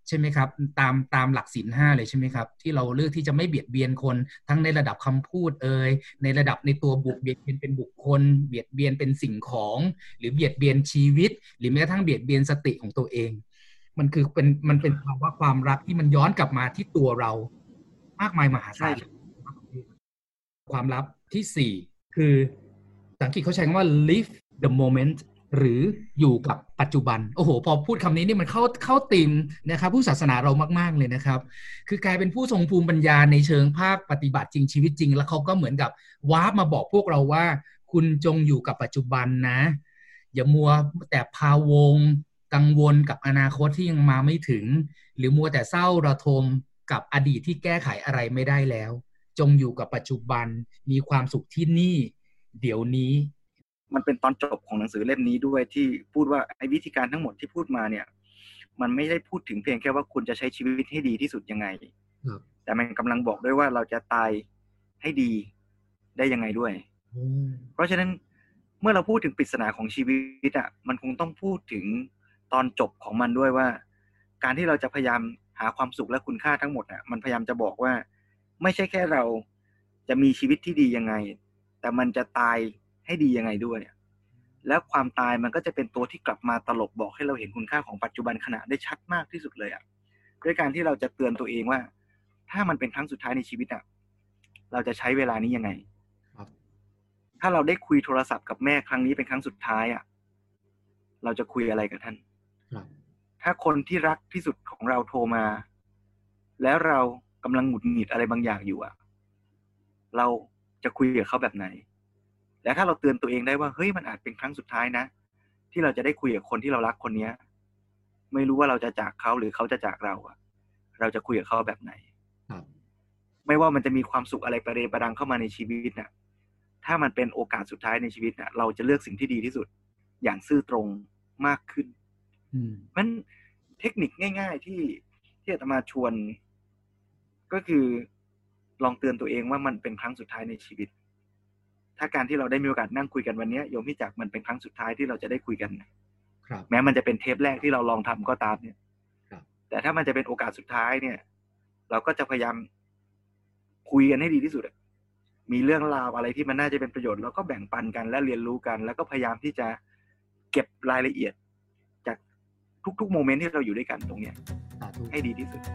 ใช่ไหมครับตามตามหลักศีลห้าเลยใช่ไหมครับที่เราเลือกที่จะไม่เบียดเบียนคนทั้งในระดับคำพูดเอ่ยในระดับในตัวบุคเบียดเบียนเป็นบุคคลเบียดเบียนเป็นสิ่งของหรือเบียดเบียนชีวิตหรือแม้กระทั่งเบียดเบียนสติของตัวเองมันคือเป็นมันเป็นภาวะความรักที่มันย้อนกลับมาที่ตัวเรามากมายมหาศาลความลับที่สี่คือภาษาอังกฤษเขาใช้คำว่า live the moment หรืออยู่กับปัจจุบันโอ้โหพอพูดคำนี้นี่มันเข้าเข้าธีมนะครับผู้ศาสนาเรามากๆเลยนะครับคือกลายเป็นผู้ทรงภูมิปัญญาในเชิงภาคปฏิบัติจริงชีวิตจริงแล้วเขาก็เหมือนกับวาร์ปมาบอกพวกเราว่าคุณจงอยู่กับปัจจุบันนะอย่ามัวแต่พะวงกังวลกับอนาคตที่ยังมาไม่ถึงหรือมัวแต่เศร้าระทมกับอดีตที่แก้ไขอะไรไม่ได้แล้วจงอยู่กับปัจจุบันมีความสุขที่นี่เดี๋ยวนี้มันเป็นตอนจบของหนังสือเล่มนี้ด้วยที่พูดว่าไอ้วิธีการทั้งหมดที่พูดมาเนี่ยมันไม่ได้พูดถึงเพียงแค่ว่าคุณจะใช้ชีวิตให้ดีที่สุดยังไงแต่มันกำลังบอกด้วยว่าเราจะตายให้ดีได้ยังไงด้วยเพราะฉะนั้นเมื่อเราพูดถึงปริศนาของชีวิตอ่ะมันคงต้องพูดถึงตอนจบของมันด้วยว่าการที่เราจะพยายามหาความสุขและคุณค่าทั้งหมดอ่ะมันพยายามจะบอกว่าไม่ใช่แค่เราจะมีชีวิตที่ดียังไงแต่มันจะตายให้ดียังไงด้วยแล้วความตายมันก็จะเป็นตัวที่กลับมาตลบบอกให้เราเห็นคุณค่าของปัจจุบันขณะได้ชัดมากที่สุดเลยอ่ะด้วยการที่เราจะเตือนตัวเองว่าถ้ามันเป็นครั้งสุดท้ายในชีวิตอ่ะเราจะใช้เวลานี้ยังไงถ้าเราได้คุยโทรศัพท์กับแม่ครั้งนี้เป็นครั้งสุดท้ายอ่ะเราจะคุยอะไรกับท่านถ้าคนที่รักที่สุดของเราโทรมาแล้วเรากำลังหงุดหงิดอะไรบางอย่างอยู่อ่ะเราจะคุยกับเขาแบบไหนและถ้าเราเตือนตัวเองได้ว่าเฮ้ยมันอาจเป็นครั้งสุดท้ายนะที่เราจะได้คุยกับคนที่เรารักคนนี้ไม่รู้ว่าเราจะจากเขาหรือเขาจะจากเราอ่ะเราจะคุยกับเขาแบบไหนไม่ว่ามันจะมีความสุขอะไรประเดประดังเข้ามาในชีวิตน่ะถ้ามันเป็นโอกาสสุดท้ายในชีวิตน่ะเราจะเลือกสิ่งที่ดีที่สุดอย่างซื่อตรงมากขึ้นมันเทคนิคง่ายๆที่ที่อาตมาชวนก็คือลองเตือนตัวเองว่ามันเป็นครั้งสุดท้ายในชีวิตถ้าการที่เราได้มีโอกาสนั่งคุยกันวันนี้โยมพี่จักรมันเป็นครั้งสุดท้ายที่เราจะได้คุยกันครับแม้มันจะเป็นเทปแรกที่เราลองทำก็ตามเนี่ยครับแต่ถ้ามันจะเป็นโอกาสสุดท้ายเนี่ยเราก็จะพยายามคุยกันให้ดีที่สุดมีเรื่องราวอะไรที่มันน่าจะเป็นประโยชน์เราก็แบ่งปันกันและเรียนรู้กันแล้วก็พยายามที่จะเก็บรายละเอียดจากทุกๆโมเมนต์ที่เราอยู่ด้วยกันตรงเนี้ยให้ดีที่สุด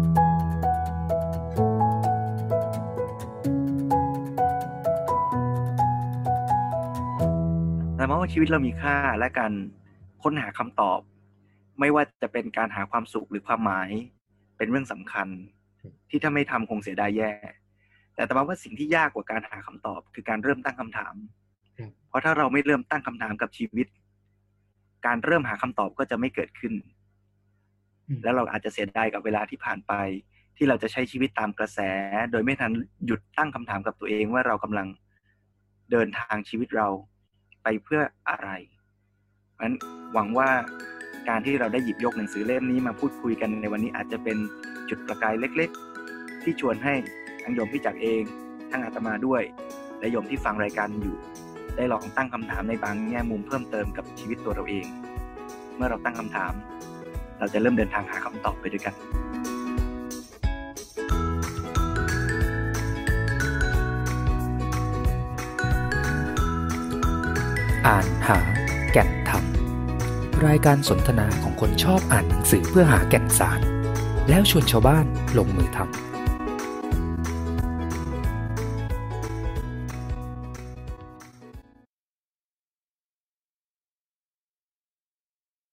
แต่ว่าชีวิตเรามีค่าและการค้นหาคำตอบไม่ว่าจะเป็นการหาความสุขหรือความหมายเป็นเรื่องสำคัญที่ถ้าไม่ทำคงเสียดายแย่แต่แต่ว่าสิ่งที่ยากกว่าการหาคำตอบคือการเริ่มตั้งคำถามเพราะถ้าเราไม่เริ่มตั้งคำถามกับชีวิตการเริ่มหาคำตอบก็จะไม่เกิดขึ้นแล้วเราอาจจะเสียดายกับเวลาที่ผ่านไปที่เราจะใช้ชีวิตตามกระแสโดยไม่ทันหยุดตั้งคำถามกับตัวเองว่าเรากำลังเดินทางชีวิตเราไปเพื่ออะไรเพราะฉะนั้นหวังว่าการที่เราได้หยิบยกหนังสือเล่มนี้มาพูดคุยกันในวันนี้อาจจะเป็นจุดประกายเล็กๆที่ชวนให้ทั้งโยมพี่จักรเองทั้งอาตมาด้วยและโยมที่ฟังรายการอยู่ได้ลองตั้งคำถามในบางแง่มุมเพิ่มเติมกับชีวิตตัวเราเองเมื่อเราตั้งคำถามเราจะเริ่มเดินทางหาคำตอบไปด้วยกันอ่านหาแก่นธรรมรายการสนทนาของคนชอบอ่านหนังสือเพื่อหาแก่นสารแล้วชวนชาวบ้านลงมือทำ